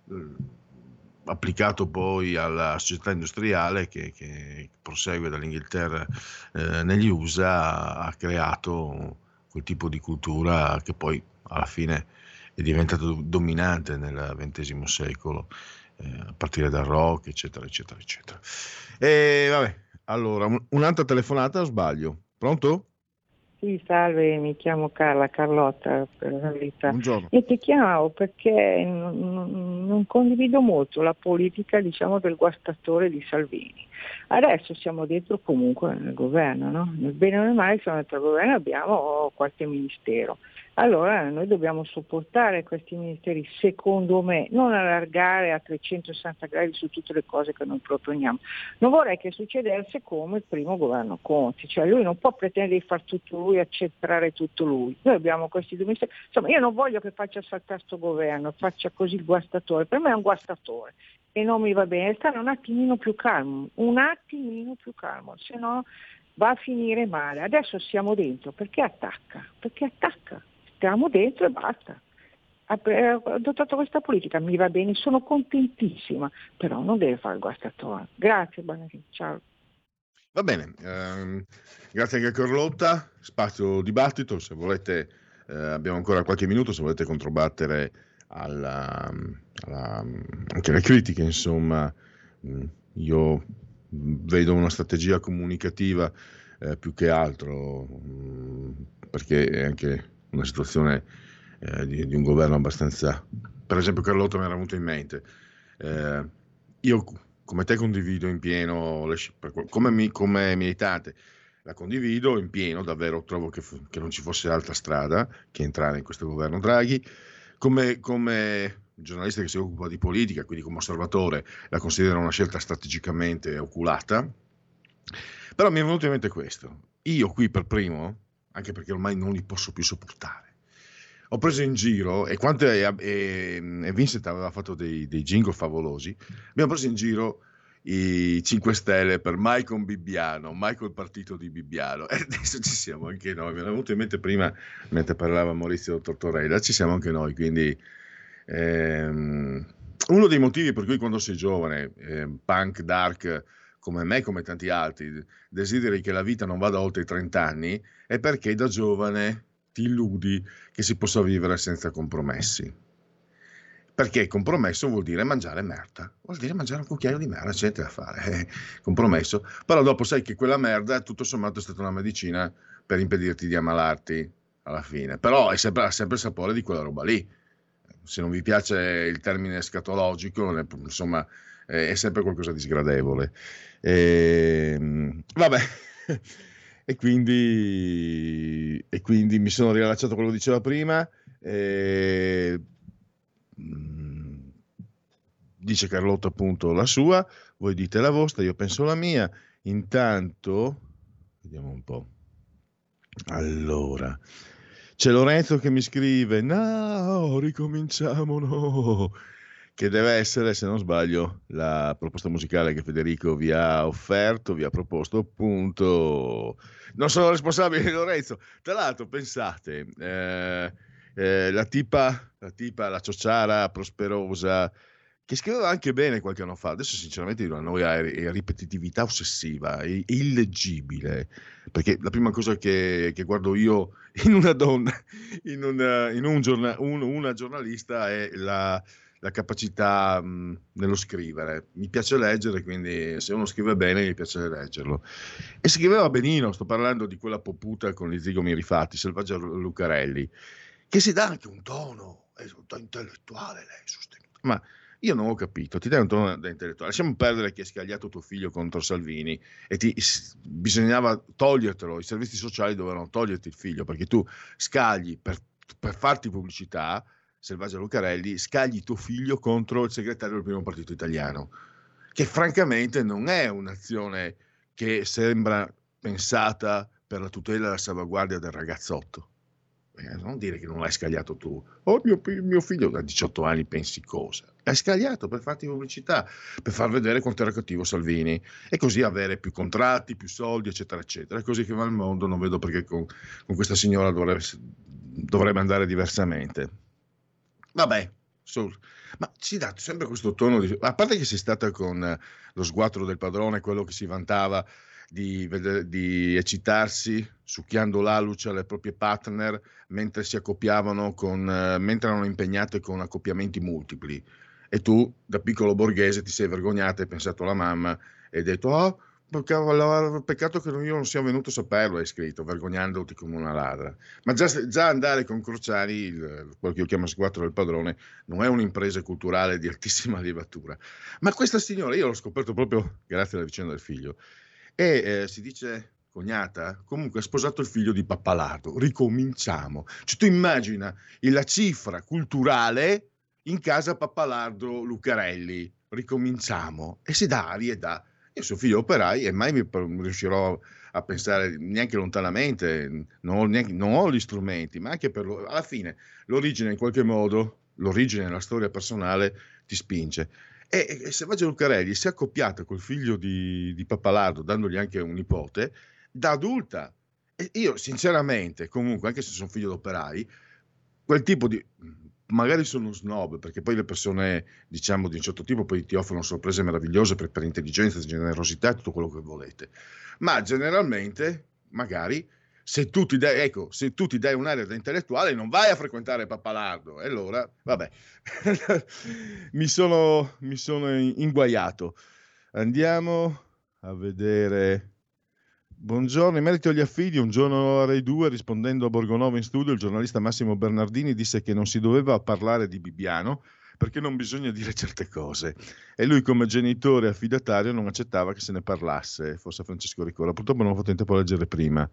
applicato poi alla società industriale che, che prosegue dall'Inghilterra eh, negli U S A, ha creato quel tipo di cultura che poi alla fine è diventato dominante nel ventesimo secolo, eh, a partire dal rock, eccetera, eccetera, eccetera. E vabbè, allora, un, un'altra telefonata o sbaglio? Pronto? Sì, salve, mi chiamo Carla, Carlotta per la verità. Buongiorno. E ti chiamavo perché non, non, non condivido molto la politica, diciamo, del guastatore di Salvini. Adesso siamo dentro comunque nel governo, no? Nel bene o nel male siamo dentro il governo e abbiamo qualche ministero. Allora noi dobbiamo sopportare questi ministeri, secondo me, non allargare a trecentosessanta gradi su tutte le cose che noi proponiamo. Non vorrei che succedesse come il primo governo Conte, cioè lui non può pretendere di far tutto lui, accettare tutto lui. Noi abbiamo questi due ministeri. Insomma, io non voglio che faccia saltare sto governo, faccia così il guastatore, per me è un guastatore e non mi va bene, stare un attimino più calmo, un attimino più calmo, se no va a finire male. Adesso siamo dentro, perché attacca? Perché attacca? Stiamo dentro e basta. Ha adottato questa politica, mi va bene, sono contentissima, però non deve fare il guastatore. Grazie, Banachini, ciao. Va bene, ehm, grazie anche a Carlotta, spazio dibattito, se volete, eh, abbiamo ancora qualche minuto, se volete controbattere alla, alla, anche le critiche, insomma, io vedo una strategia comunicativa eh, più che altro, mh, perché è anche una situazione eh, di, di un governo abbastanza, per esempio Carlotta mi era venuto in mente, eh, io come te condivido in pieno, le, come, mi, come militante la condivido in pieno, davvero trovo che, che non ci fosse altra strada che entrare in questo governo Draghi, come, come giornalista che si occupa di politica, quindi come osservatore la considero una scelta strategicamente oculata, però mi è venuto in mente questo, io qui per primo, anche perché ormai non li posso più sopportare, ho preso in giro, e, quanto è, e, e Vincent aveva fatto dei, dei jingle favolosi, abbiamo preso in giro i cinque Stelle per Michael Bibbiano, Michael partito di Bibbiano, e adesso ci siamo anche noi, mi era venuto in mente prima, mentre parlava Maurizio Tortorella, ci siamo anche noi, quindi ehm, uno dei motivi per cui quando sei giovane, eh, punk, dark, come me, come tanti altri, desideri che la vita non vada oltre i trenta anni, è perché da giovane ti illudi che si possa vivere senza compromessi. Perché compromesso vuol dire mangiare merda, vuol dire mangiare un cucchiaio di merda, c'è niente da fare, eh, compromesso. Però dopo sai che quella merda, tutto sommato, è stata una medicina per impedirti di ammalarti alla fine. Però è sempre, ha sempre il sapore di quella roba lì. Se non vi piace il termine scatologico, insomma, è sempre qualcosa di sgradevole. E, vabbè, e quindi, e quindi mi sono riallacciato a quello che diceva prima. E, dice Carlotta appunto la sua, voi dite la vostra, io penso la mia. Intanto, vediamo un po'. Allora, c'è Lorenzo che mi scrive: no, ricominciamo, no. Che deve essere, se non sbaglio, la proposta musicale che Federico vi ha offerto, vi ha proposto, appunto. Non sono responsabile, Lorenzo. Tra l'altro, pensate, eh, eh, la tipa, la tipa, la ciociara prosperosa, che scriveva anche bene qualche anno fa, adesso sinceramente di una noia e ripetitività ossessiva, è illeggibile, perché la prima cosa che, che guardo io in una donna, in, una, in un giorna, un, una giornalista, è la... la capacità mh, nello scrivere. Mi piace leggere, quindi se uno scrive bene mi piace leggerlo. E scriveva benino, sto parlando di quella poputa con gli zigomi rifatti, Selvaggia Lucarelli, che si dà anche un tono, è un tono intellettuale lei, sostenuto. Ma io non ho capito, ti dai un tono da intellettuale. Lasciamo perdere che hai scagliato tuo figlio contro Salvini e ti, bisognava togliertelo, i servizi sociali dovevano toglierti il figlio, perché tu scagli per, per farti pubblicità, Selvaggia Lucarelli, scagli tuo figlio contro il segretario del primo partito italiano, che francamente non è un'azione che sembra pensata per la tutela e la salvaguardia del ragazzotto. Eh, non dire che non l'hai scagliato tu. Oh, mio, mio figlio da diciotto anni pensi cosa? L'hai scagliato per farti pubblicità, per far vedere quanto era cattivo Salvini e così avere più contratti, più soldi, eccetera, eccetera. È così che va il mondo, non vedo perché con, con questa signora dovrebbe, dovrebbe andare diversamente. Vabbè, so, ma ci dà sempre questo tono di... A parte che sei stata con lo sguattero del padrone, quello che si vantava di, vedere, di eccitarsi succhiando l'alluce alle proprie partner mentre si accoppiavano con, uh, mentre erano impegnate con accoppiamenti multipli, e tu da piccolo borghese ti sei vergognata e hai pensato alla mamma e hai detto oh cavolo, peccato che io non sia venuto a saperlo, hai scritto, vergognandoti come una ladra. Ma già, già andare con Crociani, il, quello che io chiamo sguattero del padrone, non è un'impresa culturale di altissima levatura. Ma questa signora io l'ho scoperto proprio grazie alla vicenda del figlio, e eh, si dice cognata, comunque ha sposato il figlio di Pappalardo. Ricominciamo. Cioè, tu immagina la cifra culturale in casa Pappalardo Lucarelli. Ricominciamo. E si dà aria e dà. Io sono figlio operai e mai mi riuscirò a pensare neanche lontanamente, non ho, neanche, non ho gli strumenti, ma anche per lo, alla fine l'origine in qualche modo, l'origine nella storia personale ti spinge. E, e Selvaggia Lucarelli si è accoppiata col figlio di, di Pappalardo, dandogli anche un nipote, da adulta. E io sinceramente, comunque, anche se sono figlio d'operai, quel tipo di... magari sono snob, perché poi le persone, diciamo, di un certo tipo poi ti offrono sorprese meravigliose per, per intelligenza, generosità e tutto quello che volete. Ma generalmente, magari, se tu ti dai, ecco, se tu ti dai un'area da intellettuale, non vai a frequentare Pappalardo. E allora, vabbè, mi sono, mi sono inguaiato. Andiamo a vedere... Buongiorno, in merito agli affidi, un giorno a Rai due, rispondendo a Borgonovo in studio, il giornalista Massimo Bernardini disse che non si doveva parlare di Bibbiano perché non bisogna dire certe cose, e lui come genitore affidatario non accettava che se ne parlasse, forse Francesco Ricola. Purtroppo non ho fatto in tempo a leggere prima.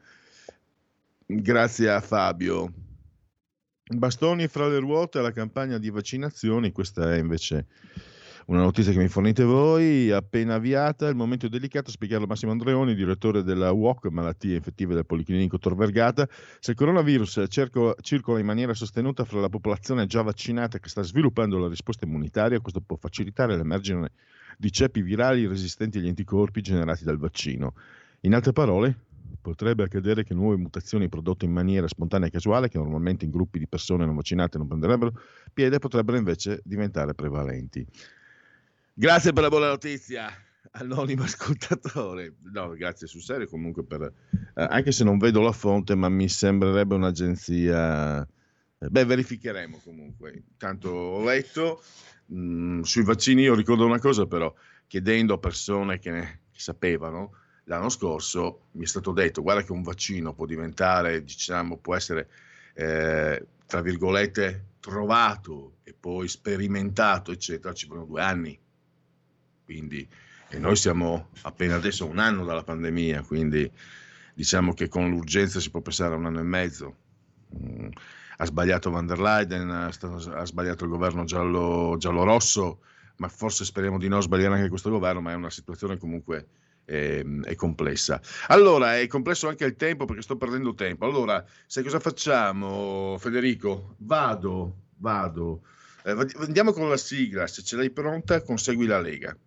Grazie a Fabio. Bastoni fra le ruote alla campagna di vaccinazioni, questa è invece... una notizia che mi fornite voi, appena avviata, il momento è delicato, a spiegarlo Massimo Andreoni, direttore della U O C, malattie infettive del Policlinico Tor Vergata. Se il coronavirus cerco, circola in maniera sostenuta fra la popolazione già vaccinata che sta sviluppando la risposta immunitaria, questo può facilitare l'emergere di ceppi virali resistenti agli anticorpi generati dal vaccino. In altre parole, potrebbe accadere che nuove mutazioni prodotte in maniera spontanea e casuale, che normalmente in gruppi di persone non vaccinate non prenderebbero piede, potrebbero invece diventare prevalenti. Grazie per la buona notizia, anonimo ascoltatore. No, grazie sul serio comunque, per, eh, anche se non vedo la fonte, ma mi sembrerebbe un'agenzia. Eh, beh, verificheremo comunque. Tanto ho letto mh, sui vaccini. Io ricordo una cosa, però, chiedendo a persone che, ne, che sapevano, l'anno scorso mi è stato detto: guarda che un vaccino può diventare, diciamo, può essere eh, tra virgolette trovato e poi sperimentato, eccetera, ci vogliono due anni. Quindi, e noi siamo appena adesso a un anno dalla pandemia, quindi diciamo che con l'urgenza si può pensare a un anno e mezzo. Mm, ha sbagliato Van der Leyen, ha, ha sbagliato il governo giallo, giallo-rosso, ma forse speriamo di non sbagliare anche questo governo, ma è una situazione comunque è, è complessa. Allora, è complesso anche il tempo, perché sto perdendo tempo. Allora, sai cosa facciamo, Federico? Vado, vado. Eh, andiamo con la sigla, se ce l'hai pronta, consegui la Lega.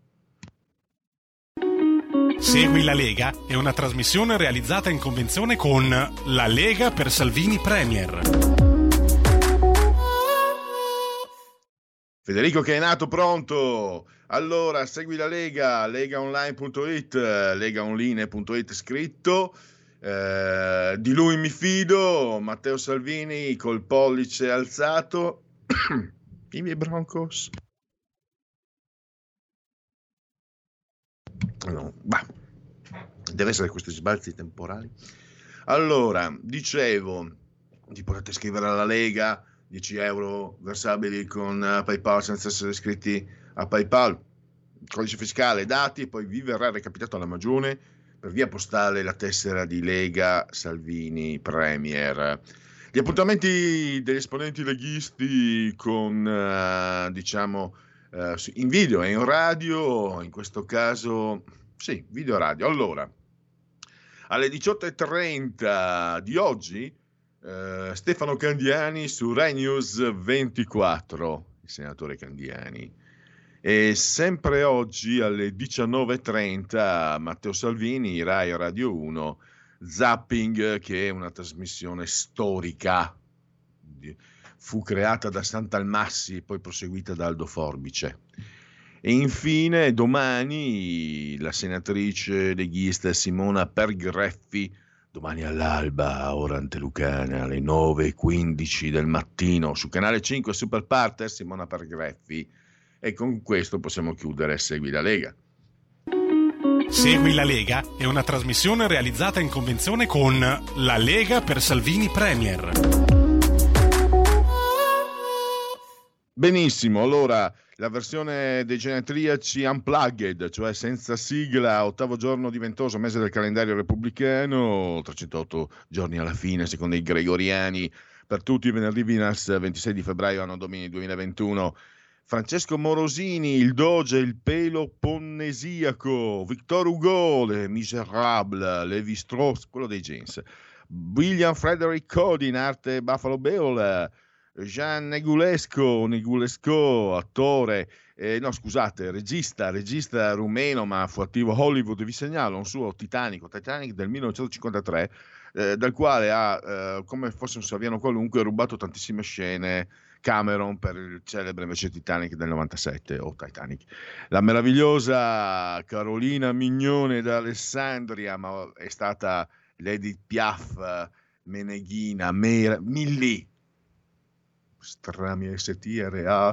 Segui la Lega è una trasmissione realizzata in convenzione con La Lega per Salvini Premier. Federico che è nato pronto. Allora, segui la Lega, legaonline punto it, legaonline punto it scritto. Eh, di lui mi fido, Matteo Salvini col pollice alzato. I miei Broncos. No, bah, deve essere questi sbalzi temporali. Allora, dicevo, ti potete iscrivere alla Lega, dieci euro versabili con uh, PayPal senza essere iscritti a PayPal, codice fiscale, dati, poi vi verrà recapitato alla Magione per via postale la tessera di Lega Salvini Premier. Gli appuntamenti degli esponenti leghisti con, uh, diciamo, uh, in video e in radio, in questo caso, sì, video radio. Allora, alle diciotto e trenta di oggi Uh, Stefano Candiani su Rai News ventiquattro, il senatore Candiani. E sempre oggi alle diciannove e trenta Matteo Salvini, Rai Radio uno, Zapping, che è una trasmissione storica, fu creata da Santalmassi e poi proseguita da Aldo Forbice. E infine domani la senatrice leghista Simona Pergreffi, domani all'alba, ora antelucana, alle nove e quindici del mattino, su Canale cinque Super Parter, Simona Pergreffi. E con questo possiamo chiudere Segui la Lega. Segui la Lega è una trasmissione realizzata in convenzione con La Lega per Salvini Premier. Benissimo, allora la versione dei genetriaci unplugged, cioè senza sigla, ottavo giorno di ventoso mese del calendario repubblicano, trecentootto giorni alla fine secondo i gregoriani, per tutti venerdì Vinas ventisei di febbraio anno domini duemilaventuno. Francesco Morosini, il Doge, il Peloponnesiaco, Victor Hugo, Les Miserables, Levi Strauss, quello dei jeans, William Frederick Cody in arte Buffalo Bill, Jean Negulesco, Negulesco, attore, eh, no scusate, regista, regista rumeno, ma fu attivo Hollywood. Vi segnalo un suo Titanic, Titanic del millenovecentocinquantatré, eh, dal quale ha, eh, come fosse un Saviano qualunque, rubato tantissime scene Cameron per il celebre invece Titanic del novantasette o Titanic. La meravigliosa Carolina Mignone da Alessandria, ma è stata Lady Piaf, Meneghina, Mera, Milli, Strami S T R A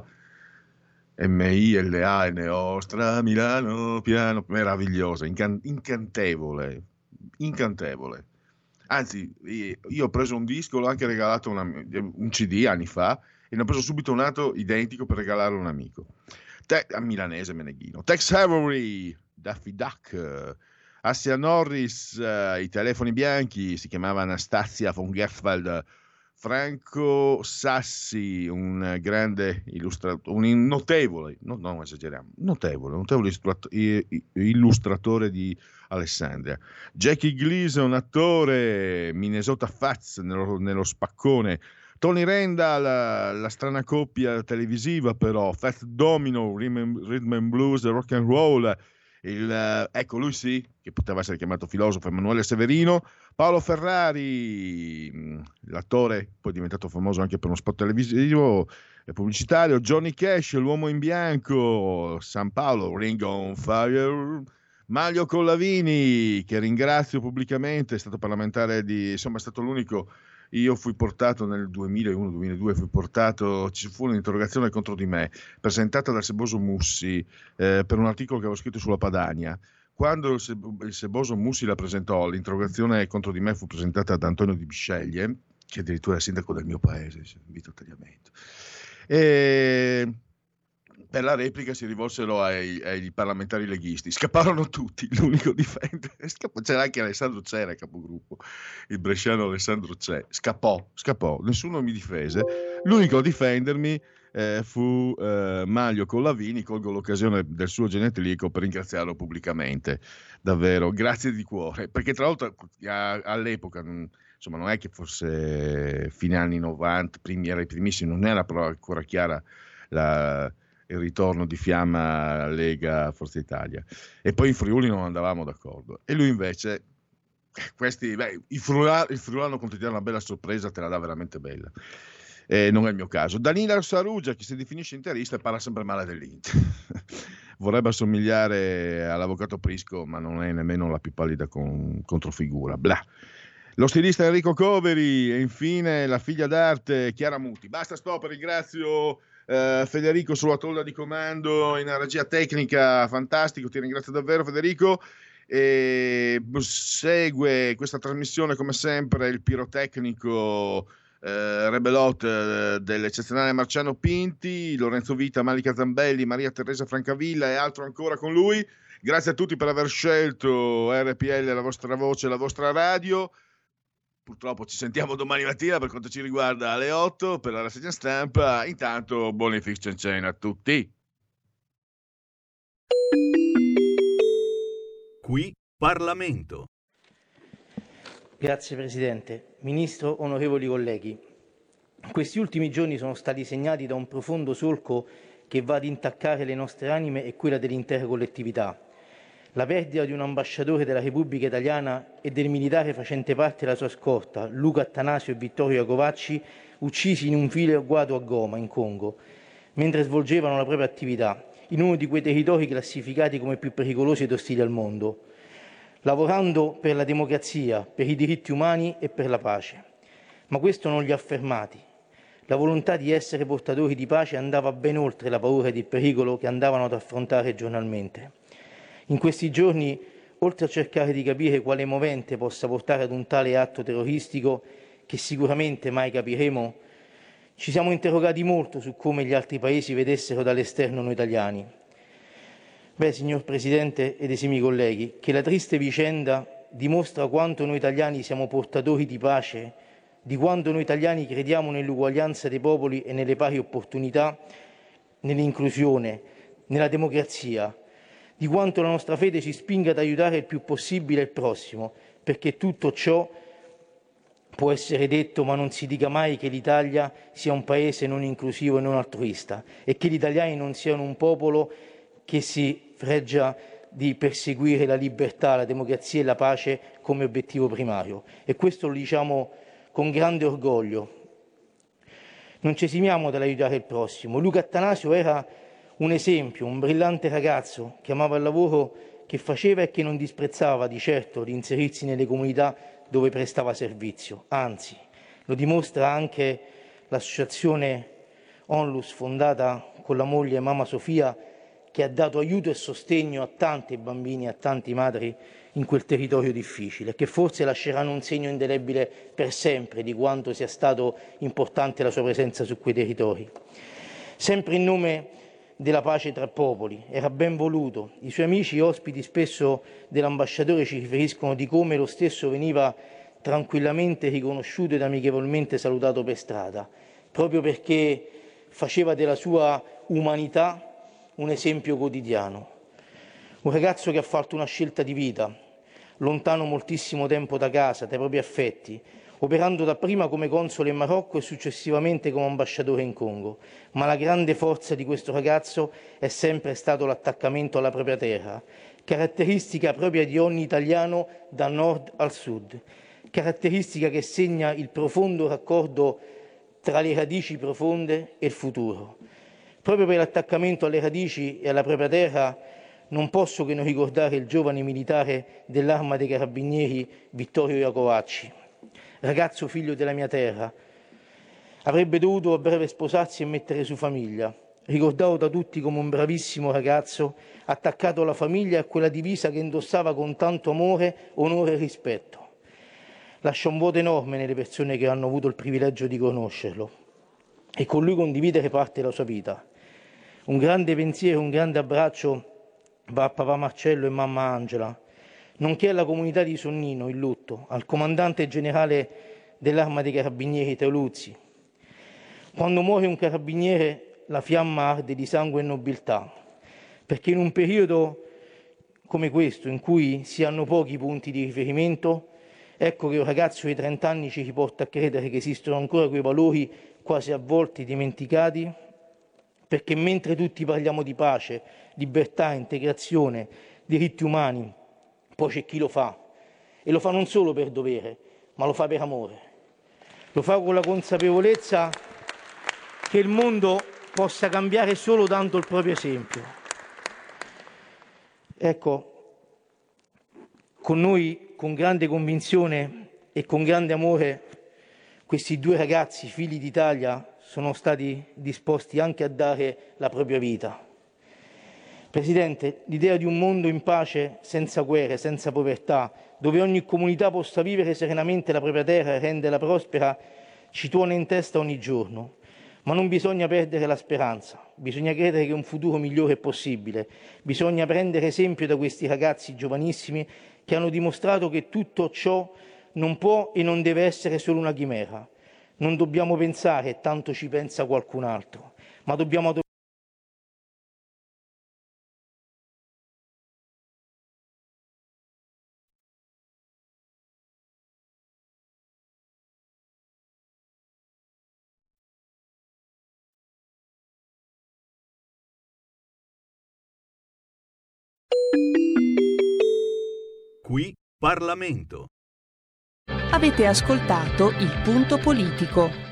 M I L A N O, Stra Milano piano, meravigliosa, incan- incantevole, incantevole. Anzi, io ho preso un disco, l'ho anche regalato una, un C D anni fa, e ne ho preso subito un altro identico per regalarlo a un amico. Te- a milanese Meneghino. Tex Avery, Daffy Duck, Assia Norris, uh, i telefoni bianchi, si chiamava Anastasia von Gerfeld, Franco Sassi, un grande illustratore, un notevole, no, non esageriamo, notevole, notevole illustratore di Alessandria. Jackie Gleason, attore, Minnesota Fats nello, nello spaccone. Tony Randall, la, la strana coppia televisiva però, Fat Domino, Rhythm, Rhythm and Blues, Rock and Roll, il, ecco lui sì, che poteva essere chiamato filosofo, Emanuele Severino. Paolo Ferrari, l'attore, poi diventato famoso anche per uno spot televisivo e pubblicitario. Johnny Cash, l'uomo in bianco, San Paolo, Ring on Fire. Maglio Collavini, che ringrazio pubblicamente, è stato parlamentare di, insomma è stato l'unico. Io fui portato nel duemilauno duemiladue, fui portato, ci fu un'interrogazione contro di me presentata dal Seboso Mussi eh, per un articolo che avevo scritto sulla Padania. Quando il, Seb- il Seboso Mussi la presentò, l'interrogazione contro di me fu presentata da Antonio Di Bisceglie, che addirittura è sindaco del mio paese, invito a tagliamento. E per la replica si rivolsero ai, ai parlamentari leghisti, scapparono tutti, l'unico difende, c'era anche Alessandro Cera, capogruppo, il bresciano Alessandro Cera, scappò, scappò, nessuno mi difese, l'unico a difendermi eh, fu eh, Maglio Collavini. Colgo l'occasione del suo genetriaco per ringraziarlo pubblicamente, davvero, grazie di cuore, perché tra l'altro a, all'epoca, insomma non è che fosse fine anni novanta, primi, era i primissimi, non era però ancora chiara la... il ritorno di Fiamma Lega Forza Italia, e poi in Friuli non andavamo d'accordo, e lui invece questi beh, i Friulano, il Friulano con una bella sorpresa te la dà veramente bella, e non è il mio caso. Danilo Sarugia, che si definisce interista, parla sempre male dell'Inter. Vorrebbe assomigliare all'avvocato Prisco, ma non è nemmeno la più pallida con, controfigura, bla. Lo stilista Enrico Coveri, e infine la figlia d'arte Chiara Muti. Basta, stop, ringrazio Uh, Federico sulla tolla di comando in regia tecnica, fantastico, ti ringrazio davvero Federico. E segue questa trasmissione come sempre il pirotecnico uh, Rebelot uh, dell'eccezionale Marciano Pinti, Lorenzo Vita, Malika Zambelli, Maria Teresa Francavilla e altro ancora con lui. Grazie a tutti per aver scelto R P L, la vostra voce, la vostra radio. Purtroppo ci sentiamo domani mattina per quanto ci riguarda alle otto per la rassegna stampa. Intanto buoni fiction chain a tutti. Qui Parlamento. Grazie Presidente. Ministro, onorevoli colleghi, questi ultimi giorni sono stati segnati da un profondo solco che va ad intaccare le nostre anime e quella dell'intera collettività. La perdita di un ambasciatore della Repubblica Italiana e del militare facente parte della sua scorta, Luca Attanasio e Vittorio Iacovacci, uccisi in un filo agguato a Goma, in Congo, mentre svolgevano la propria attività, in uno di quei territori classificati come più pericolosi ed ostili al mondo, lavorando per la democrazia, per i diritti umani e per la pace. Ma questo non li ha fermati. La volontà di essere portatori di pace andava ben oltre la paura ed il pericolo che andavano ad affrontare giornalmente. In questi giorni, oltre a cercare di capire quale movente possa portare ad un tale atto terroristico, che sicuramente mai capiremo, ci siamo interrogati molto su come gli altri paesi vedessero dall'esterno noi italiani. Beh, signor Presidente ed esimi colleghi, che la triste vicenda dimostra quanto noi italiani siamo portatori di pace, di quanto noi italiani crediamo nell'uguaglianza dei popoli e nelle pari opportunità, nell'inclusione, nella democrazia, di quanto la nostra fede ci spinga ad aiutare il più possibile il prossimo, perché tutto ciò può essere detto, ma non si dica mai che l'Italia sia un paese non inclusivo e non altruista e che gli italiani non siano un popolo che si fregia di perseguire la libertà, la democrazia e la pace come obiettivo primario. E questo lo diciamo con grande orgoglio. Non ci esimiamo dall'aiutare il prossimo. Luca Attanasio era un esempio, un brillante ragazzo che amava il lavoro che faceva e che non disprezzava di certo di inserirsi nelle comunità dove prestava servizio. Anzi, lo dimostra anche l'associazione Onlus fondata con la moglie Mamma Sofia, che ha dato aiuto e sostegno a tanti bambini e a tanti madri in quel territorio difficile, che forse lasceranno un segno indelebile per sempre di quanto sia stato importante la sua presenza su quei territori. Sempre in nome della pace tra popoli, era ben voluto. I suoi amici e ospiti spesso dell'ambasciatore ci riferiscono di come lo stesso veniva tranquillamente riconosciuto ed amichevolmente salutato per strada, proprio perché faceva della sua umanità un esempio quotidiano. Un ragazzo che ha fatto una scelta di vita, lontano moltissimo tempo da casa, dai propri affetti, operando dapprima come console in Marocco e successivamente come ambasciatore in Congo. Ma la grande forza di questo ragazzo è sempre stato l'attaccamento alla propria terra, caratteristica propria di ogni italiano da nord al sud, caratteristica che segna il profondo raccordo tra le radici profonde e il futuro. Proprio per l'attaccamento alle radici e alla propria terra non posso che non ricordare il giovane militare dell'Arma dei Carabinieri Vittorio Iacovacci, ragazzo figlio della mia terra. Avrebbe dovuto a breve sposarsi e mettere su famiglia, ricordato da tutti come un bravissimo ragazzo attaccato alla famiglia e a quella divisa che indossava con tanto amore, onore e rispetto. Lascia un vuoto enorme nelle persone che hanno avuto il privilegio di conoscerlo e con lui condividere parte della sua vita. Un grande pensiero, un grande abbraccio va a papà Marcello e mamma Angela, nonché alla comunità di Sonnino in lutto, al comandante generale dell'Arma dei Carabinieri Teoluzzi. Quando muore un carabiniere la fiamma arde di sangue e nobiltà, perché in un periodo come questo, in cui si hanno pochi punti di riferimento, ecco che un ragazzo di trenta anni ci riporta a credere che esistono ancora quei valori quasi a volte dimenticati, perché mentre tutti parliamo di pace, libertà, integrazione, diritti umani, poi c'è chi lo fa, e lo fa non solo per dovere, ma lo fa per amore. Lo fa con la consapevolezza che il mondo possa cambiare solo dando il proprio esempio. Ecco, con noi, con grande convinzione e con grande amore, questi due ragazzi, figli d'Italia, sono stati disposti anche a dare la propria vita. Presidente, l'idea di un mondo in pace, senza guerre, senza povertà, dove ogni comunità possa vivere serenamente la propria terra e renderla prospera, ci tuona in testa ogni giorno. Ma non bisogna perdere la speranza, bisogna credere che un futuro migliore è possibile, bisogna prendere esempio da questi ragazzi giovanissimi che hanno dimostrato che tutto ciò non può e non deve essere solo una chimera. Non dobbiamo pensare, tanto ci pensa qualcun altro, ma dobbiamo Qui Parlamento. Avete ascoltato Il Punto Politico.